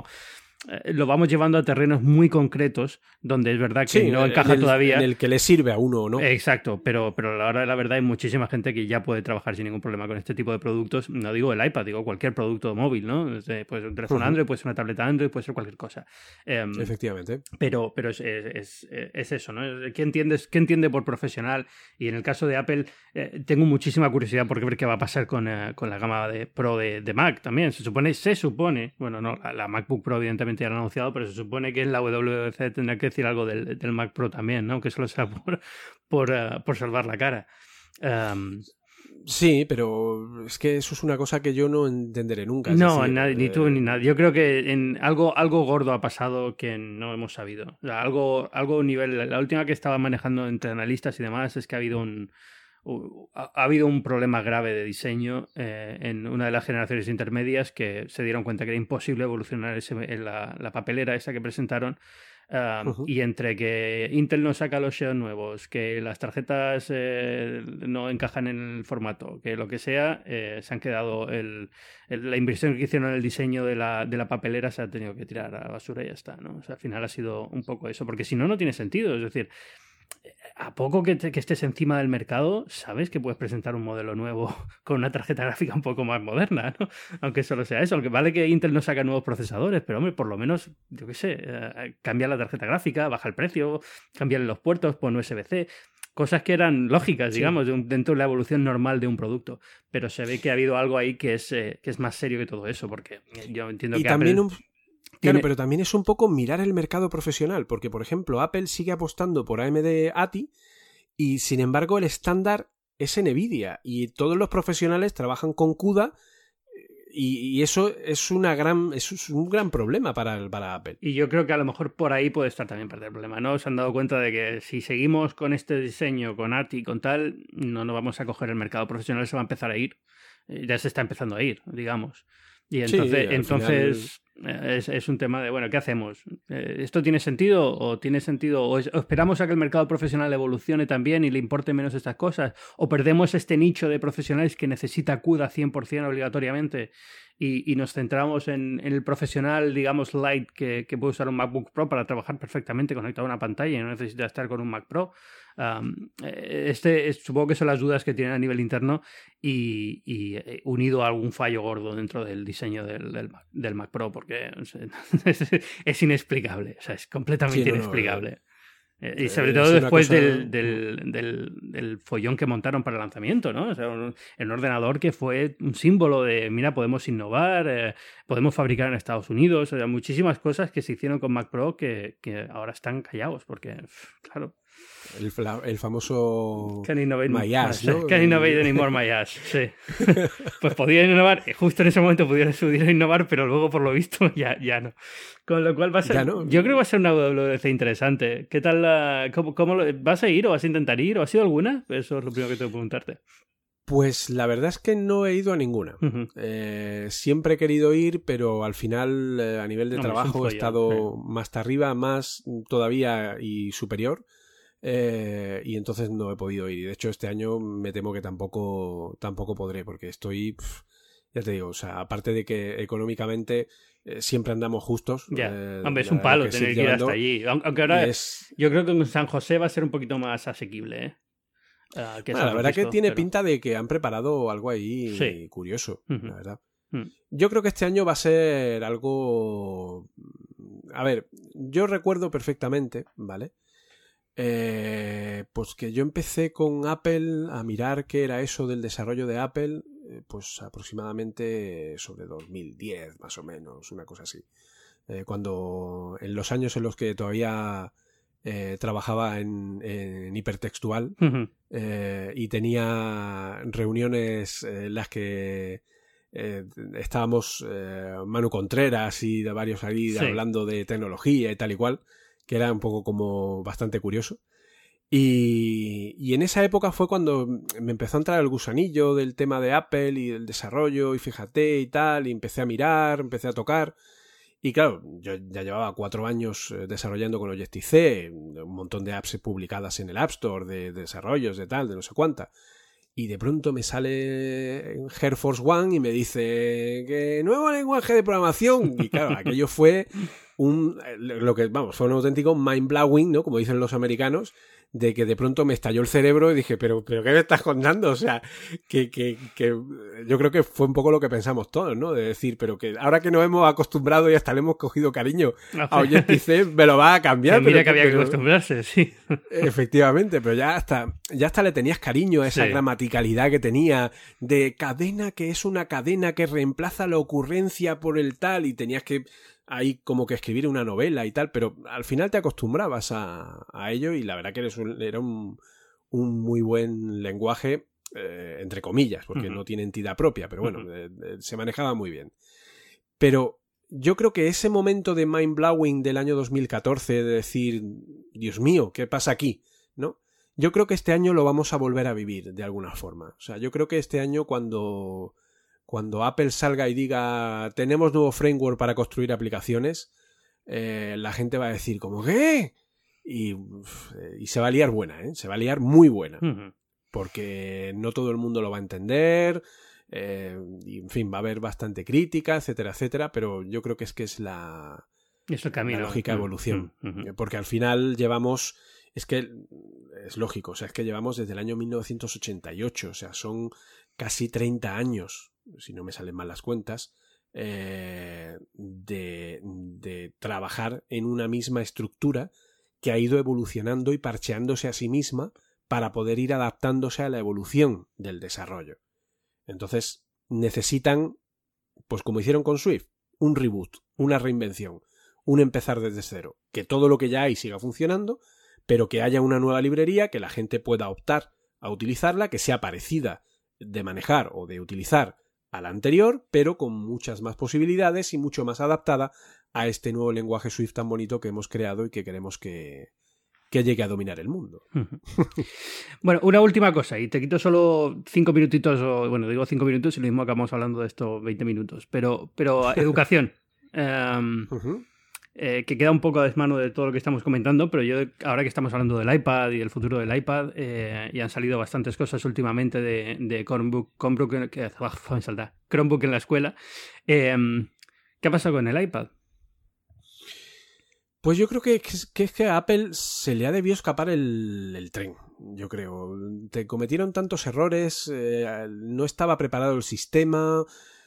lo vamos llevando a terrenos muy concretos donde es verdad que sí, no encaja en el, todavía. En el que le sirve a uno o no. Exacto, pero, pero a la hora de la verdad hay muchísima gente que ya puede trabajar sin ningún problema con este tipo de productos. No digo el iPad, digo cualquier producto móvil, ¿no? Puede ser un teléfono uh-huh. Android, puede ser una tableta Android, puede ser cualquier cosa. Um, Efectivamente. Pero, pero es, es, es, es eso, ¿no? ¿Qué entiendes, qué entiende por profesional? Y en el caso de Apple, eh, tengo muchísima curiosidad por ver qué va a pasar con, uh, con la gama de Pro de, de Mac también. Se supone, se supone, bueno, no, la, la MacBook Pro evidentemente ya lo han anunciado, pero se supone que en la W W D C tendrá que decir algo del, del Mac Pro también, ¿no? Que solo sea por, por, uh, por salvar la cara. Um, sí, pero es que eso es una cosa que yo no entenderé nunca. No, decir, nadie, eh... ni tú ni nadie. Yo creo que en algo, algo gordo ha pasado que no hemos sabido. O sea, algo, algo nivel... La última que estaba manejando entre analistas y demás es que ha habido un... uh, ha, ha habido un problema grave de diseño eh, en una de las generaciones intermedias que se dieron cuenta que era imposible evolucionar ese, en la, la papelera esa que presentaron. Uh, uh-huh. Y entre que Intel no saca los Xeon nuevos, que las tarjetas eh, no encajan en el formato, que lo que sea, eh, se han quedado el, el, la inversión que hicieron en el diseño de la, de la papelera se ha tenido que tirar a la basura y ya está, ¿no? O sea, al final ha sido un poco eso, porque si no, no tiene sentido. Es decir, a poco que, te, que estés encima del mercado, sabes que puedes presentar un modelo nuevo con una tarjeta gráfica un poco más moderna, ¿no? Aunque solo sea eso. Aunque vale que Intel no saca nuevos procesadores, pero hombre, por lo menos, yo qué sé, eh, cambia la tarjeta gráfica, baja el precio, cambiar los puertos, pon U S B C. Cosas que eran lógicas, sí, digamos, de un, dentro de la evolución normal de un producto. Pero se ve que ha habido algo ahí que es, eh, que es más serio que todo eso, porque yo entiendo y que también Apple... un... Claro, pero también es un poco mirar el mercado profesional, porque, por ejemplo, Apple sigue apostando por A M D A T I y, sin embargo, el estándar es NVIDIA y todos los profesionales trabajan con CUDA y, y eso es, una gran, eso es un gran problema para, para Apple. Y yo creo que a lo mejor por ahí puede estar también parte del problema, ¿no? Se han dado cuenta de que si seguimos con este diseño, con A T I, con tal, no nos vamos a coger el mercado profesional, se va a empezar a ir. Ya se está empezando a ir, digamos. Y entonces, sí, entonces final... es, es un tema de, bueno, ¿qué hacemos? ¿Esto tiene sentido o tiene sentido? ¿O, es, o esperamos a que el mercado profesional evolucione también y le importe menos estas cosas? ¿O perdemos este nicho de profesionales que necesita CUDA cien por ciento obligatoriamente y, y nos centramos en, en el profesional, digamos, light, que, que puede usar un MacBook Pro para trabajar perfectamente conectado a una pantalla y no necesita estar con un Mac Pro? Um, este, supongo que son las dudas que tienen a nivel interno y, y unido a algún fallo gordo dentro del diseño del, del, Mac, del Mac Pro, porque o sea, es, es inexplicable, o sea, es completamente sí, no, inexplicable. No, eh, y sobre eh, todo después cosa... del, del, del, del follón que montaron para el lanzamiento, ¿no? O sea, un, un ordenador que fue un símbolo de, mira, podemos innovar, eh, podemos fabricar en Estados Unidos, o sea, muchísimas cosas que se hicieron con Mac Pro que, que ahora están callados, porque, claro... El, el famoso Can innovate, my ass, ¿no? Can innovate anymore my ass, sí. Pues podían innovar, justo en ese momento pudieron, pudieron innovar, pero luego por lo visto ya, ya no. Con lo cual va a ser, no. Yo creo que va a ser una W W D C interesante. ¿Qué tal la, cómo, cómo lo, vas a ir o vas a intentar ir o has ido alguna? Eso es lo primero que tengo que preguntarte. Pues la verdad es que no he ido a ninguna. Uh-huh. Eh, siempre he querido ir, pero al final eh, a nivel de no, trabajo he estado eh. más arriba, más todavía y superior. Eh, y entonces no he podido ir y de hecho este año me temo que tampoco tampoco podré porque estoy pff, ya te digo, o sea, aparte de que económicamente eh, siempre andamos justos ya, eh, hombre, es un palo que tener que ir hasta allí, aunque ahora es... yo creo que en San José va a ser un poquito más asequible, ¿eh? Uh, que bueno, la verdad que tiene pero... pinta de que han preparado algo ahí sí. curioso, uh-huh. la verdad. Uh-huh. Yo creo que este año va a ser algo, a ver, yo recuerdo perfectamente, ¿vale? Eh, pues que yo empecé con Apple a mirar qué era eso del desarrollo de Apple, eh, pues aproximadamente sobre dos mil diez más o menos, una cosa así. Eh, cuando en los años en los que todavía eh, trabajaba en, en hipertextual uh-huh. eh, y tenía reuniones en las que eh, estábamos eh, Manu Contreras y de varios ahí sí. hablando de tecnología y tal y cual, que era un poco como bastante curioso. Y, y en esa época fue cuando me empezó a entrar el gusanillo del tema de Apple y del desarrollo, y fíjate y tal, y empecé a mirar, empecé a tocar. Y claro, yo ya llevaba cuatro años desarrollando con Objective-C, un montón de apps publicadas en el App Store, de, de desarrollos, de tal, de no sé cuánta. Y de pronto me sale Air Force One y me dice que nuevo lenguaje de programación. Y claro, aquello fue un, lo que, vamos, fue un auténtico mind-blowing, ¿no? Como dicen los americanos, de que de pronto me estalló el cerebro y dije, pero, pero ¿qué me estás contando? O sea, que, que, que yo creo que fue un poco lo que pensamos todos, ¿no? De decir, pero que ahora que nos hemos acostumbrado y hasta le hemos cogido cariño a Objective-C, me lo va a cambiar. Mira pero, que había pero, que acostumbrarse, sí. Efectivamente, pero ya hasta, ya hasta le tenías cariño a esa sí. gramaticalidad que tenía de cadena que es una cadena que reemplaza la ocurrencia por el tal y tenías que ahí como que escribir una novela y tal, pero al final te acostumbrabas a, a ello y la verdad que eres un, era un, un muy buen lenguaje, eh, entre comillas, porque uh-huh. no tiene entidad propia, pero bueno, uh-huh. eh, eh, se manejaba muy bien. Pero yo creo que ese momento de mind-blowing del año dos mil catorce, de decir, Dios mío, ¿qué pasa aquí? ¿No? yo creo que este año lo vamos a volver a vivir de alguna forma. O sea, yo creo que este año cuando, cuando Apple salga y diga tenemos nuevo framework para construir aplicaciones, eh, la gente va a decir como ¿qué? Y, y se va a liar buena, ¿eh? Se va a liar muy buena. Uh-huh. Porque no todo el mundo lo va a entender, eh, y en fin, va a haber bastante crítica, etcétera, etcétera, pero yo creo que es que es la, es el camino. la lógica uh-huh. evolución. Uh-huh. Porque al final llevamos, es que es lógico, o sea, es que llevamos desde el año mil novecientos ochenta y ocho, o sea, son casi treinta años, si no me salen mal las cuentas, eh, de, de trabajar en una misma estructura que ha ido evolucionando y parcheándose a sí misma para poder ir adaptándose a la evolución del desarrollo. Entonces necesitan, pues como hicieron con Swift, un reboot, una reinvención, un empezar desde cero, que todo lo que ya hay siga funcionando, pero que haya una nueva librería, que la gente pueda optar a utilizarla, que sea parecida de manejar o de utilizar a la anterior, pero con muchas más posibilidades y mucho más adaptada a este nuevo lenguaje Swift tan bonito que hemos creado y que queremos que, que llegue a dominar el mundo. Bueno, una última cosa, y te quito solo cinco minutitos, o bueno, digo cinco minutos y lo mismo acabamos hablando de esto veinte minutos, pero, pero educación. um, uh-huh. eh, que queda un poco a desmano de todo lo que estamos comentando, pero yo ahora que estamos hablando del iPad y del futuro del iPad, eh, y han salido bastantes cosas últimamente de, de Chromebook, Chromebook, que, oh, me salta, Chromebook en la escuela. Eh, ¿Qué ha pasado con el iPad? Pues yo creo que, que es que a Apple se le ha debido escapar el, el tren, yo creo. Te cometieron tantos errores, eh, no estaba preparado el sistema,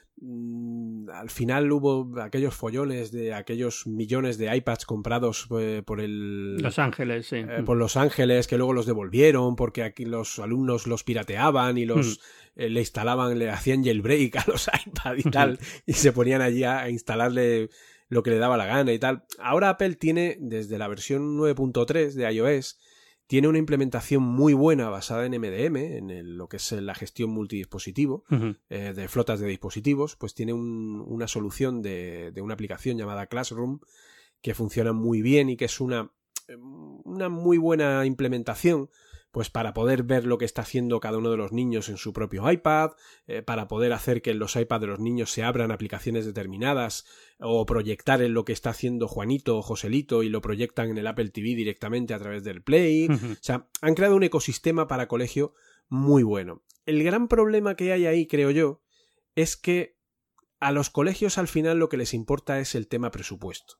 mm, al final hubo aquellos follones de aquellos millones de iPads comprados eh, por el... Los Ángeles, sí. Eh, por Los Ángeles, que luego los devolvieron porque aquí los alumnos los pirateaban y los mm. eh, le instalaban, le hacían jailbreak a los iPad y tal, y se ponían allí a, a instalarle lo que le daba la gana y tal. Ahora Apple tiene, desde la versión nueve punto tres de iOS, tiene una implementación muy buena basada en M D M, en el, lo que es la gestión multidispositivo, uh-huh. eh, de flotas de dispositivos, pues tiene un, una solución de, de una aplicación llamada Classroom que funciona muy bien y que es una, una muy buena implementación, pues para poder ver lo que está haciendo cada uno de los niños en su propio iPad, eh, para poder hacer que en los iPads de los niños se abran aplicaciones determinadas o proyectar en lo que está haciendo Juanito o Joselito y lo proyectan en el Apple T V directamente a través del Play. Uh-huh. O sea, han creado un ecosistema para colegio muy bueno. El gran problema que hay ahí, creo yo, es que a los colegios al final lo que les importa es el tema presupuesto.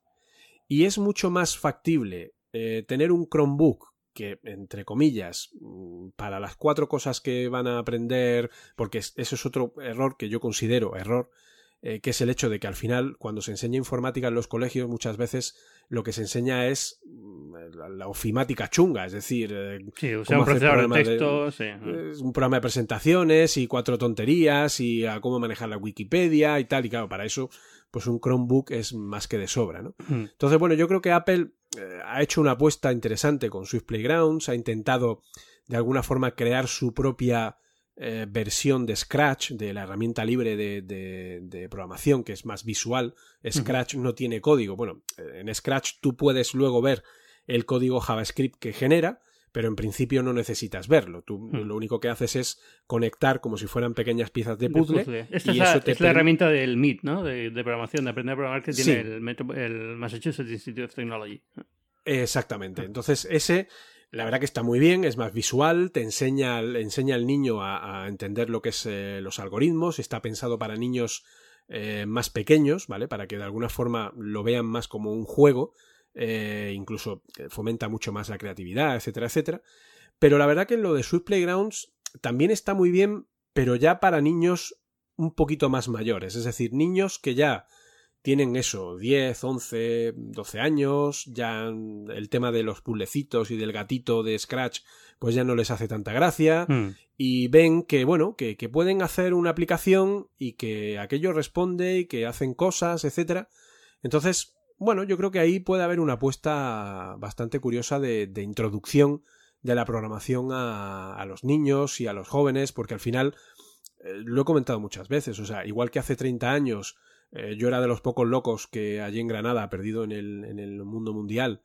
Y es mucho más factible eh, tener un Chromebook que, entre comillas, para las cuatro cosas que van a aprender, porque eso es otro error que yo considero error, eh, que es el hecho de que al final, cuando se enseña informática en los colegios, muchas veces lo que se enseña es la, la ofimática chunga, es decir, eh, sí, o sea, un procesador de texto, de, sí. eh, un programa de presentaciones y cuatro tonterías y a cómo manejar la Wikipedia y tal, y claro, para eso pues un Chromebook es más que de sobra, ¿no? Mm. Entonces, bueno, yo creo que Apple eh, ha hecho una apuesta interesante con Swift Playgrounds, ha intentado de alguna forma crear su propia eh, versión de Scratch, de la herramienta libre de, de, de programación, que es más visual. Scratch mm. no tiene código. Bueno, en Scratch tú puedes luego ver el código JavaScript que genera, pero en principio no necesitas verlo. Tú hmm. lo único que haces es conectar como si fueran pequeñas piezas de puzzle. De puzzle. Esta y es, eso la, te es perm... la herramienta del M I T, ¿no? De, de programación, de aprender a programar, que tiene sí. el, Metro, el Massachusetts Institute of Technology. Exactamente. Entonces ese, la verdad que está muy bien, es más visual, te enseña, enseña al niño a, a entender lo que es eh, los algoritmos, está pensado para niños eh, más pequeños, ¿vale? Para que de alguna forma lo vean más como un juego, eh, incluso fomenta mucho más la creatividad, etcétera, etcétera. Pero la verdad que lo de Swift Playgrounds también está muy bien, pero ya para niños un poquito más mayores. Es decir, niños que ya tienen eso, diez, once, doce años, ya el tema de los puzzlecitos y del gatito de Scratch pues ya no les hace tanta gracia mm. y ven que, bueno, que, que pueden hacer una aplicación y que aquello responde y que hacen cosas, etcétera. Entonces, bueno, yo creo que ahí puede haber una apuesta bastante curiosa de, de introducción de la programación a, a los niños y a los jóvenes, porque al final, eh, lo he comentado muchas veces, o sea, igual que hace treinta años eh, yo era de los pocos locos que allí en Granada, perdido en el, en el mundo mundial,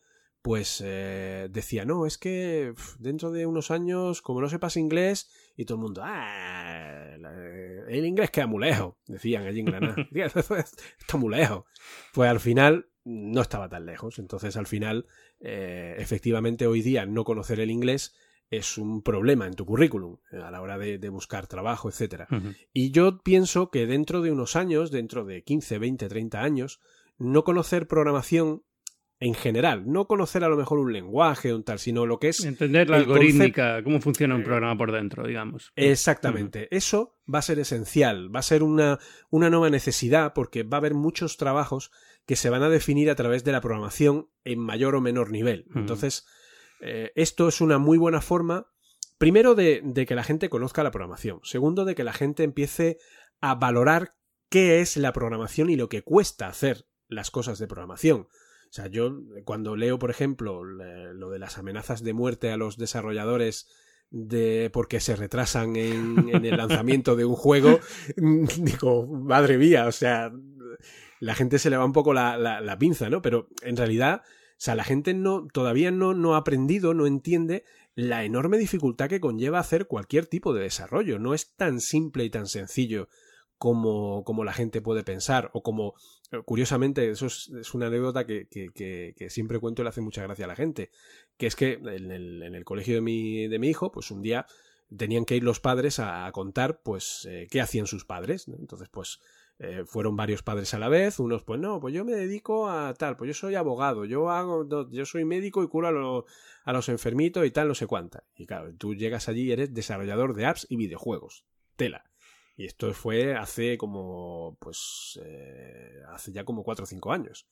pues eh, decía, no, es que pff, dentro de unos años, como no sepas inglés, y todo el mundo, ah, el inglés queda muy lejos, decían allí en Granada, está muy lejos. Pues al final no estaba tan lejos, entonces al final, eh, efectivamente hoy día no conocer el inglés es un problema en tu currículum a la hora de, de buscar trabajo, etcétera. Uh-huh. Y yo pienso que dentro de unos años, dentro de quince, veinte, treinta años, no conocer programación en general, no conocer a lo mejor un lenguaje o un tal, sino lo que es... Entender la algorítmica, cómo funciona un programa por dentro, digamos. Exactamente. Uh-huh. Eso va a ser esencial, va a ser una, una nueva necesidad, porque va a haber muchos trabajos que se van a definir a través de la programación en mayor o menor nivel. Uh-huh. Entonces, eh, esto es una muy buena forma, primero, de, de que la gente conozca la programación. Segundo, de que la gente empiece a valorar qué es la programación y lo que cuesta hacer las cosas de programación. O sea, yo cuando leo, por ejemplo, lo de las amenazas de muerte a los desarrolladores de porque se retrasan en, en el lanzamiento de un juego, digo, madre mía, o sea, la gente se le va un poco la, la, la pinza, ¿no? Pero en realidad, o sea, la gente no, todavía no, no ha aprendido, no entiende la enorme dificultad que conlleva hacer cualquier tipo de desarrollo. No es tan simple y tan sencillo como, como la gente puede pensar, o como, curiosamente, eso es, es una anécdota que, que, que, que siempre cuento y le hace mucha gracia a la gente, que es que en el, en el colegio de mi, de mi hijo, pues un día tenían que ir los padres a, a contar, pues, eh, qué hacían sus padres, ¿no? Entonces, pues, eh, fueron varios padres a la vez, unos, pues no, pues yo me dedico a tal, pues yo soy abogado, yo hago, yo soy médico y curo a, lo, a los enfermitos y tal, no sé cuánta. Y claro, tú llegas allí y eres desarrollador de apps y videojuegos. Tela. Y esto fue hace como, pues, eh, hace ya como cuatro o cinco años.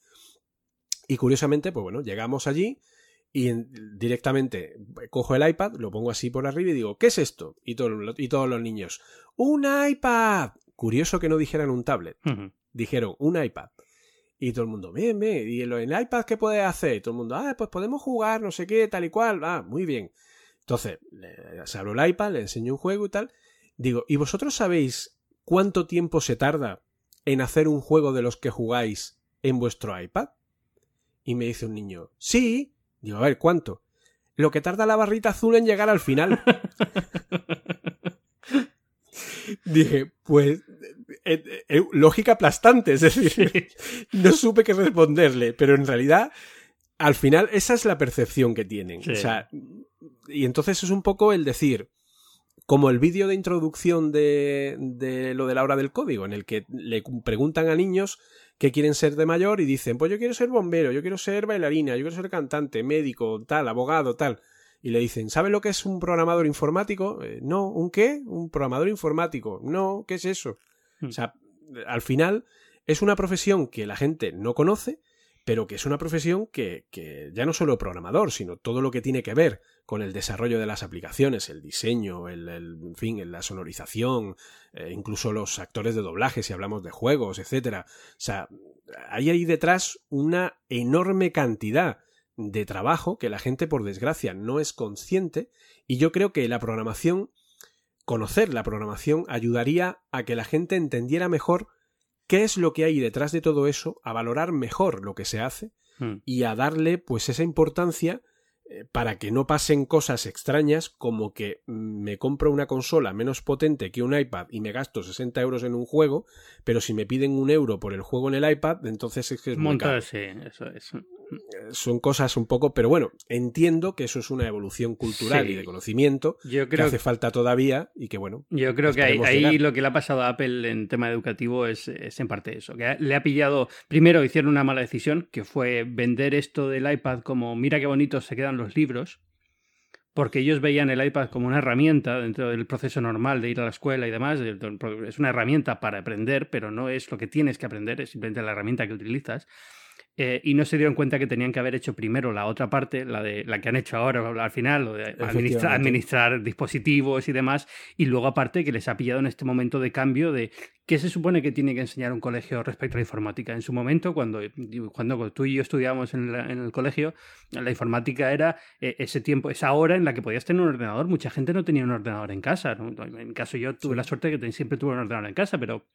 Y curiosamente, pues bueno, llegamos allí y en, directamente cojo el iPad, lo pongo así por arriba y digo, ¿qué es esto? Y, todo, y todos los niños, ¡un iPad! Curioso que no dijeran un tablet. Uh-huh. Dijeron, un iPad. Y todo el mundo, bien, bien. ¿Y en el iPad qué puedes hacer? Y todo el mundo, ah, pues podemos jugar, no sé qué, tal y cual. Ah, muy bien. Entonces, le, se abro el iPad, le enseño un juego y tal. Digo, ¿y vosotros sabéis cuánto tiempo se tarda en hacer un juego de los que jugáis en vuestro iPad? Y me dice un niño, sí. Digo, a ver, ¿cuánto? Lo que tarda la barrita azul en llegar al final. Dije, pues, eh, eh, lógica aplastante, es decir, sí. No supe qué responderle, pero en realidad, al final, esa es la percepción que tienen. Sí. O sea, y entonces es un poco el decir, como el vídeo de introducción de, de lo de la hora del código, en el que le preguntan a niños qué quieren ser de mayor y dicen, pues yo quiero ser bombero, yo quiero ser bailarina, yo quiero ser cantante, médico, tal, abogado, tal. Y le dicen, ¿sabe lo que es un programador informático? Eh, no, ¿un qué? Un programador informático. No, ¿qué es eso? Hmm. O sea, al final es una profesión que la gente no conoce, pero que es una profesión que, que ya no solo programador, sino todo lo que tiene que ver con el desarrollo de las aplicaciones, el diseño, el, el en fin, la sonorización, eh, incluso los actores de doblaje, si hablamos de juegos, etcétera. O sea, hay ahí detrás una enorme cantidad de trabajo que la gente, por desgracia, no es consciente, y yo creo que la programación, conocer la programación, ayudaría a que la gente entendiera mejor qué es lo que hay detrás de todo eso, a valorar mejor lo que se hace hmm. y a darle pues esa importancia eh, para que no pasen cosas extrañas como que me compro una consola menos potente que un iPad y me gasto sesenta euros en un juego, pero si me piden un euro por el juego en el iPad, entonces es que es muy caro. Sí, eso es. Son cosas un poco, pero bueno, entiendo que eso es una evolución cultural sí. y de conocimiento yo creo que hace falta todavía y que bueno. Yo creo que ahí, ahí lo que le ha pasado a Apple en tema educativo es, es en parte eso, que le ha pillado, primero hicieron una mala decisión, que fue vender esto del iPad como mira qué bonitos se quedan los libros, porque ellos veían el iPad como una herramienta dentro del proceso normal de ir a la escuela y demás. Es una herramienta para aprender, pero no es lo que tienes que aprender, es simplemente la herramienta que utilizas. Eh, y no se dieron cuenta que tenían que haber hecho primero la otra parte, la de la que han hecho ahora al final, lo de administrar, administrar dispositivos y demás, y luego aparte que les ha pillado en este momento de cambio de qué se supone que tiene que enseñar un colegio respecto a la informática. En su momento, cuando, cuando tú y yo estudiábamos en, la, en el colegio, la informática era eh, ese tiempo, esa hora en la que podías tener un ordenador. Mucha gente no tenía un ordenador en casa, ¿no? En mi caso yo tuve sí. la suerte de que siempre tuve un ordenador en casa, pero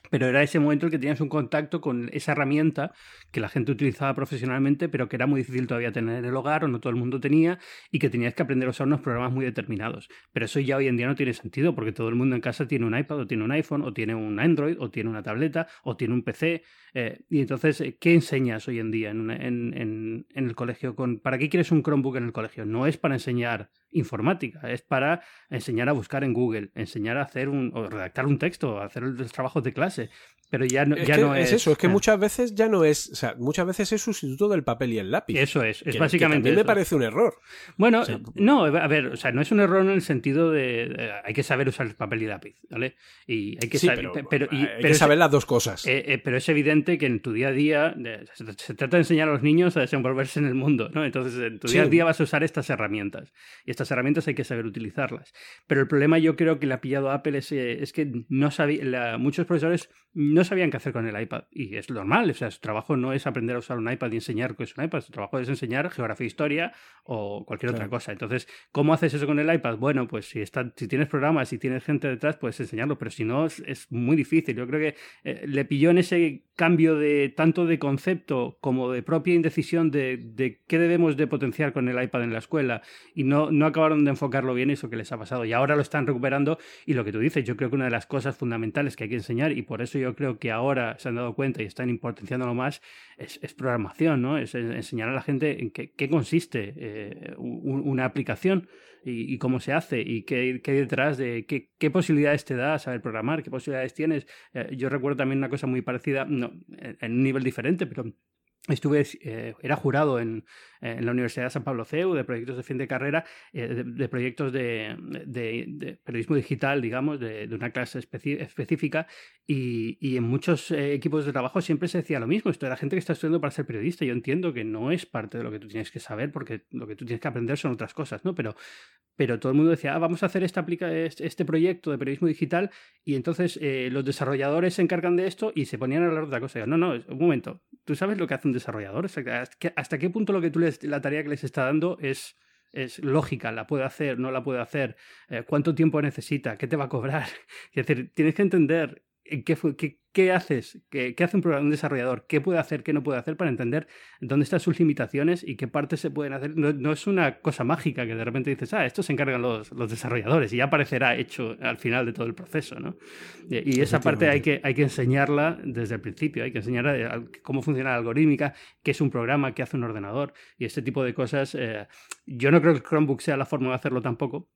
Pero era ese momento en el que tenías un contacto con esa herramienta que la gente utilizaba profesionalmente, pero que era muy difícil todavía tener en el hogar, o no todo el mundo tenía, y que tenías que aprender a usar unos programas muy determinados. Pero eso ya hoy en día no tiene sentido, porque todo el mundo en casa tiene un iPad, o tiene un iPhone, o tiene un Android, o tiene una tableta, o tiene un P C. Eh, y entonces, ¿qué enseñas hoy en día en, en, en, en el colegio? Con, ¿Para qué quieres un Chromebook en el colegio? No es para enseñar informática, es para enseñar a buscar en Google, enseñar a hacer un, o redactar un texto, hacer los trabajos de clase. Pero ya no es. Ya que no es, es eso, es que eh. muchas veces ya no es. O sea, muchas veces es sustituto del papel y el lápiz. Eso es, es que, básicamente. Que a mí me eso. parece un error. Bueno, o sea, no, a ver, o sea, no es un error en el sentido de. Eh, hay que saber usar el papel y lápiz, ¿vale? Y hay que sí, saber. Pero, pero, y, hay pero que es, saber las dos cosas. Eh, eh, pero es evidente que en tu día a día eh, se, se trata de enseñar a los niños a desenvolverse en el mundo, ¿no? Entonces, en tu día a sí. día vas a usar estas herramientas. Y estas herramientas hay que saber utilizarlas. Pero el problema, yo creo que le ha pillado a Apple es, eh, es que no sabía, la, muchos profesores no sabían qué hacer con el iPad. Y es normal, o sea, su trabajo no es aprender a usar un iPad y enseñar qué es un iPad, su trabajo es enseñar geografía, historia o cualquier claro. otra cosa. Entonces, ¿cómo haces eso con el iPad? Bueno, pues si, está, si tienes programas, si tienes gente detrás, puedes enseñarlo, pero si no, es, es muy difícil. Yo creo que eh, le pilló en ese cambio de tanto de concepto como de propia indecisión de, de qué debemos de potenciar con el iPad en la escuela, y no, no acabaron de enfocarlo bien, eso que les ha pasado. Y ahora lo están recuperando, y lo que tú dices, yo creo que una de las cosas fundamentales que hay que enseñar, y por eso yo creo que ahora se han dado cuenta y están potenciándolo más, es, es programación, ¿no? Es enseñar a la gente en qué, qué consiste eh, un, una aplicación y, y cómo se hace y qué, qué hay detrás de qué, qué posibilidades te da saber programar, qué posibilidades tienes. Eh, yo recuerdo también una cosa muy parecida, no, en un nivel diferente, pero estuve, eh, era jurado en, en la Universidad de San Pablo C E U de proyectos de fin de carrera, eh, de, de proyectos de, de, de periodismo digital, digamos, de, de una clase especi- específica, y, y en muchos eh, equipos de trabajo siempre se decía lo mismo. Esto era gente que está estudiando para ser periodista. Yo entiendo que no es parte de lo que tú tienes que saber, porque lo que tú tienes que aprender son otras cosas, ¿no? Pero, pero todo el mundo decía, ah, vamos a hacer esta aplica este, este proyecto de periodismo digital, y entonces eh, los desarrolladores se encargan de esto, y se ponían a hablar de otra cosa. Y yo, no, no, un momento, ¿tú sabes lo que hace un desarrollador? ¿Hasta qué, hasta qué punto lo que tú les, la tarea que les está dando es, es lógica? ¿La puede hacer? ¿No la puede hacer? Eh, ¿Cuánto tiempo necesita? ¿Qué te va a cobrar? Es decir, tienes que entender qué, qué, qué haces, qué, qué hace un, un desarrollador, qué puede hacer, qué no puede hacer, para entender dónde están sus limitaciones y qué partes se pueden hacer. No, no es una cosa mágica que de repente dices, ah, esto se encargan los, los desarrolladores, y ya aparecerá hecho al final de todo el proceso, ¿no? Y, y esa parte hay que, hay que enseñarla desde el principio, hay que enseñar a, a cómo funciona la algorítmica, qué es un programa, qué hace un ordenador, y este tipo de cosas. Eh, yo no creo que el Chromebook sea la forma de hacerlo tampoco.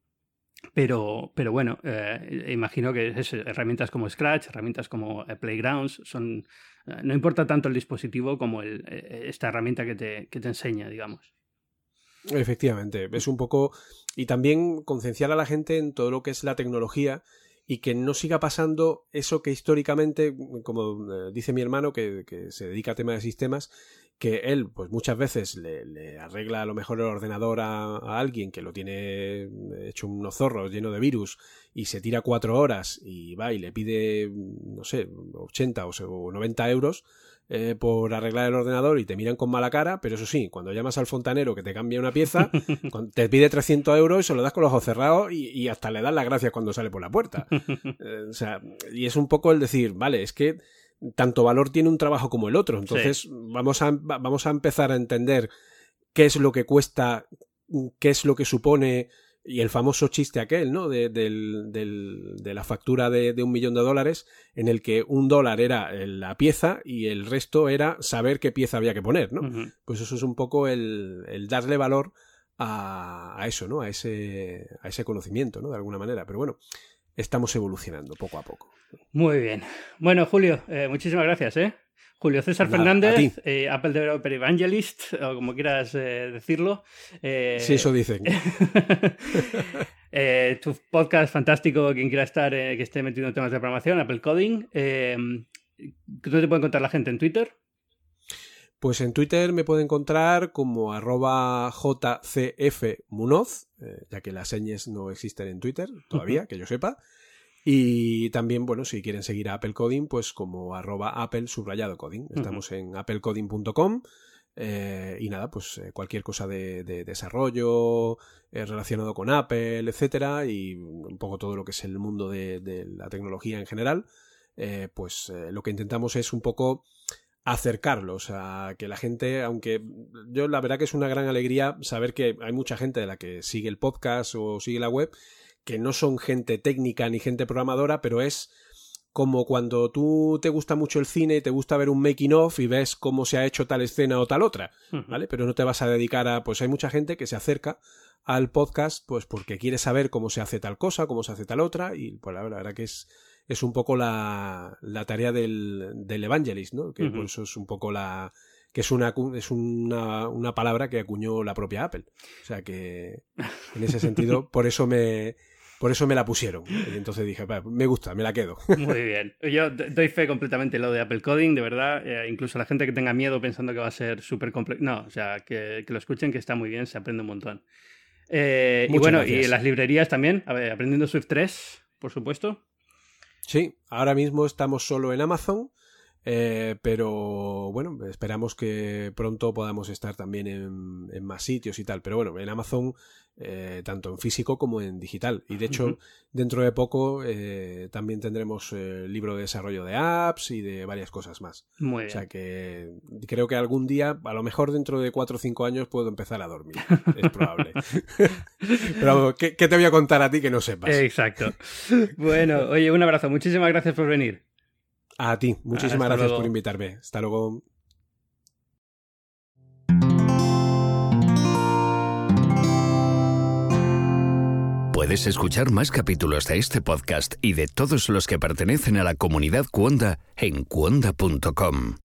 Pero, pero bueno, eh, imagino que es, herramientas como Scratch, herramientas como eh, Playgrounds, son, eh, no importa tanto el dispositivo como el, eh, esta herramienta que te, que te enseña, digamos. Efectivamente, es un poco. Y también concienciar a la gente en todo lo que es la tecnología, y que no siga pasando eso que históricamente, como eh, dice mi hermano, que, que se dedica a temas de sistemas, que él pues muchas veces le, le arregla a lo mejor el ordenador a, a alguien que lo tiene hecho unos zorros lleno de virus, y se tira cuatro horas y va y le pide, no sé, ochenta o noventa euros eh, por arreglar el ordenador, y te miran con mala cara. Pero eso sí, cuando llamas al fontanero que te cambia una pieza, te pide trescientos euros y se lo das con los ojos cerrados, y, y hasta le das las gracias cuando sale por la puerta. Eh, o sea, y es un poco el decir, vale, es que tanto valor tiene un trabajo como el otro. Entonces sí. vamos a, vamos a empezar a entender qué es lo que cuesta, qué es lo que supone, y el famoso chiste aquel, ¿no? De, del, del, de la factura de, de un millón de dólares, en el que un dólar era la pieza y el resto era saber qué pieza había que poner, ¿no? Uh-huh. Pues eso es un poco el, el darle valor a, a eso, ¿no? A ese, a ese conocimiento, ¿no? De alguna manera. Pero bueno, estamos evolucionando poco a poco. Muy bien. Bueno, Julio, eh, muchísimas gracias, ¿eh? Julio César Nada, Fernández, eh, Apple Developer Evangelist, o como quieras eh, decirlo. Eh, sí, eso dicen. eh, tu podcast fantástico, quien quiera estar, eh, que esté metido en temas de programación, Apple Coding. Eh, ¿Dónde te puede encontrar la gente? ¿En Twitter? Pues en Twitter me puede encontrar como arroba jcfmunoz, eh, ya que las señas no existen en Twitter todavía, uh-huh. que yo sepa. Y también, bueno, si quieren seguir a Apple Coding, pues como arroba Apple subrayado Coding. Estamos uh-huh. en apple coding punto com, eh, y nada, pues eh, cualquier cosa de, de desarrollo eh, relacionado con Apple, etcétera, y un poco todo lo que es el mundo de, de la tecnología en general, eh, pues eh, lo que intentamos es un poco acercarlos a que la gente, aunque yo la verdad que es una gran alegría saber que hay mucha gente de la que sigue el podcast o sigue la web, que no son gente técnica ni gente programadora, pero es como cuando tú te gusta mucho el cine y te gusta ver un making of y ves cómo se ha hecho tal escena o tal otra, ¿vale? Pero no te vas a dedicar a... Pues hay mucha gente que se acerca al podcast pues porque quiere saber cómo se hace tal cosa, cómo se hace tal otra, y pues la verdad que es, es un poco la, la tarea del, del evangelist, ¿no? Que uh-huh. por eso es un poco la... que es una es una, una palabra que acuñó la propia Apple. O sea que en ese sentido, por eso me... Por eso me la pusieron. Y entonces dije, me gusta, me la quedo. Muy bien. Yo doy fe completamente en lo de Apple Coding, de verdad. Eh, incluso la gente que tenga miedo pensando que va a ser súper complejo. No, o sea, que, que lo escuchen, que está muy bien, se aprende un montón. Eh, y bueno, gracias. Y las librerías también. A ver, aprendiendo Swift tres, por supuesto. Sí, ahora mismo estamos solo en Amazon. Eh, pero bueno, esperamos que pronto podamos estar también en, en más sitios y tal, pero bueno, en Amazon eh, tanto en físico como en digital, y de hecho uh-huh. dentro de poco eh, también tendremos eh, libro de desarrollo de apps y de varias cosas más. Muy bien. O sea que creo que algún día, a lo mejor dentro de cuatro o cinco años puedo empezar a dormir, es probable. Pero ¿qué, ¿qué te voy a contar a ti que no sepas? Exacto. Bueno, oye, un abrazo, muchísimas gracias por venir. A ti, muchísimas Hasta gracias luego. por invitarme. Hasta luego. Puedes escuchar más capítulos de este podcast y de todos los que pertenecen a la comunidad Cuonda en cuonda punto com.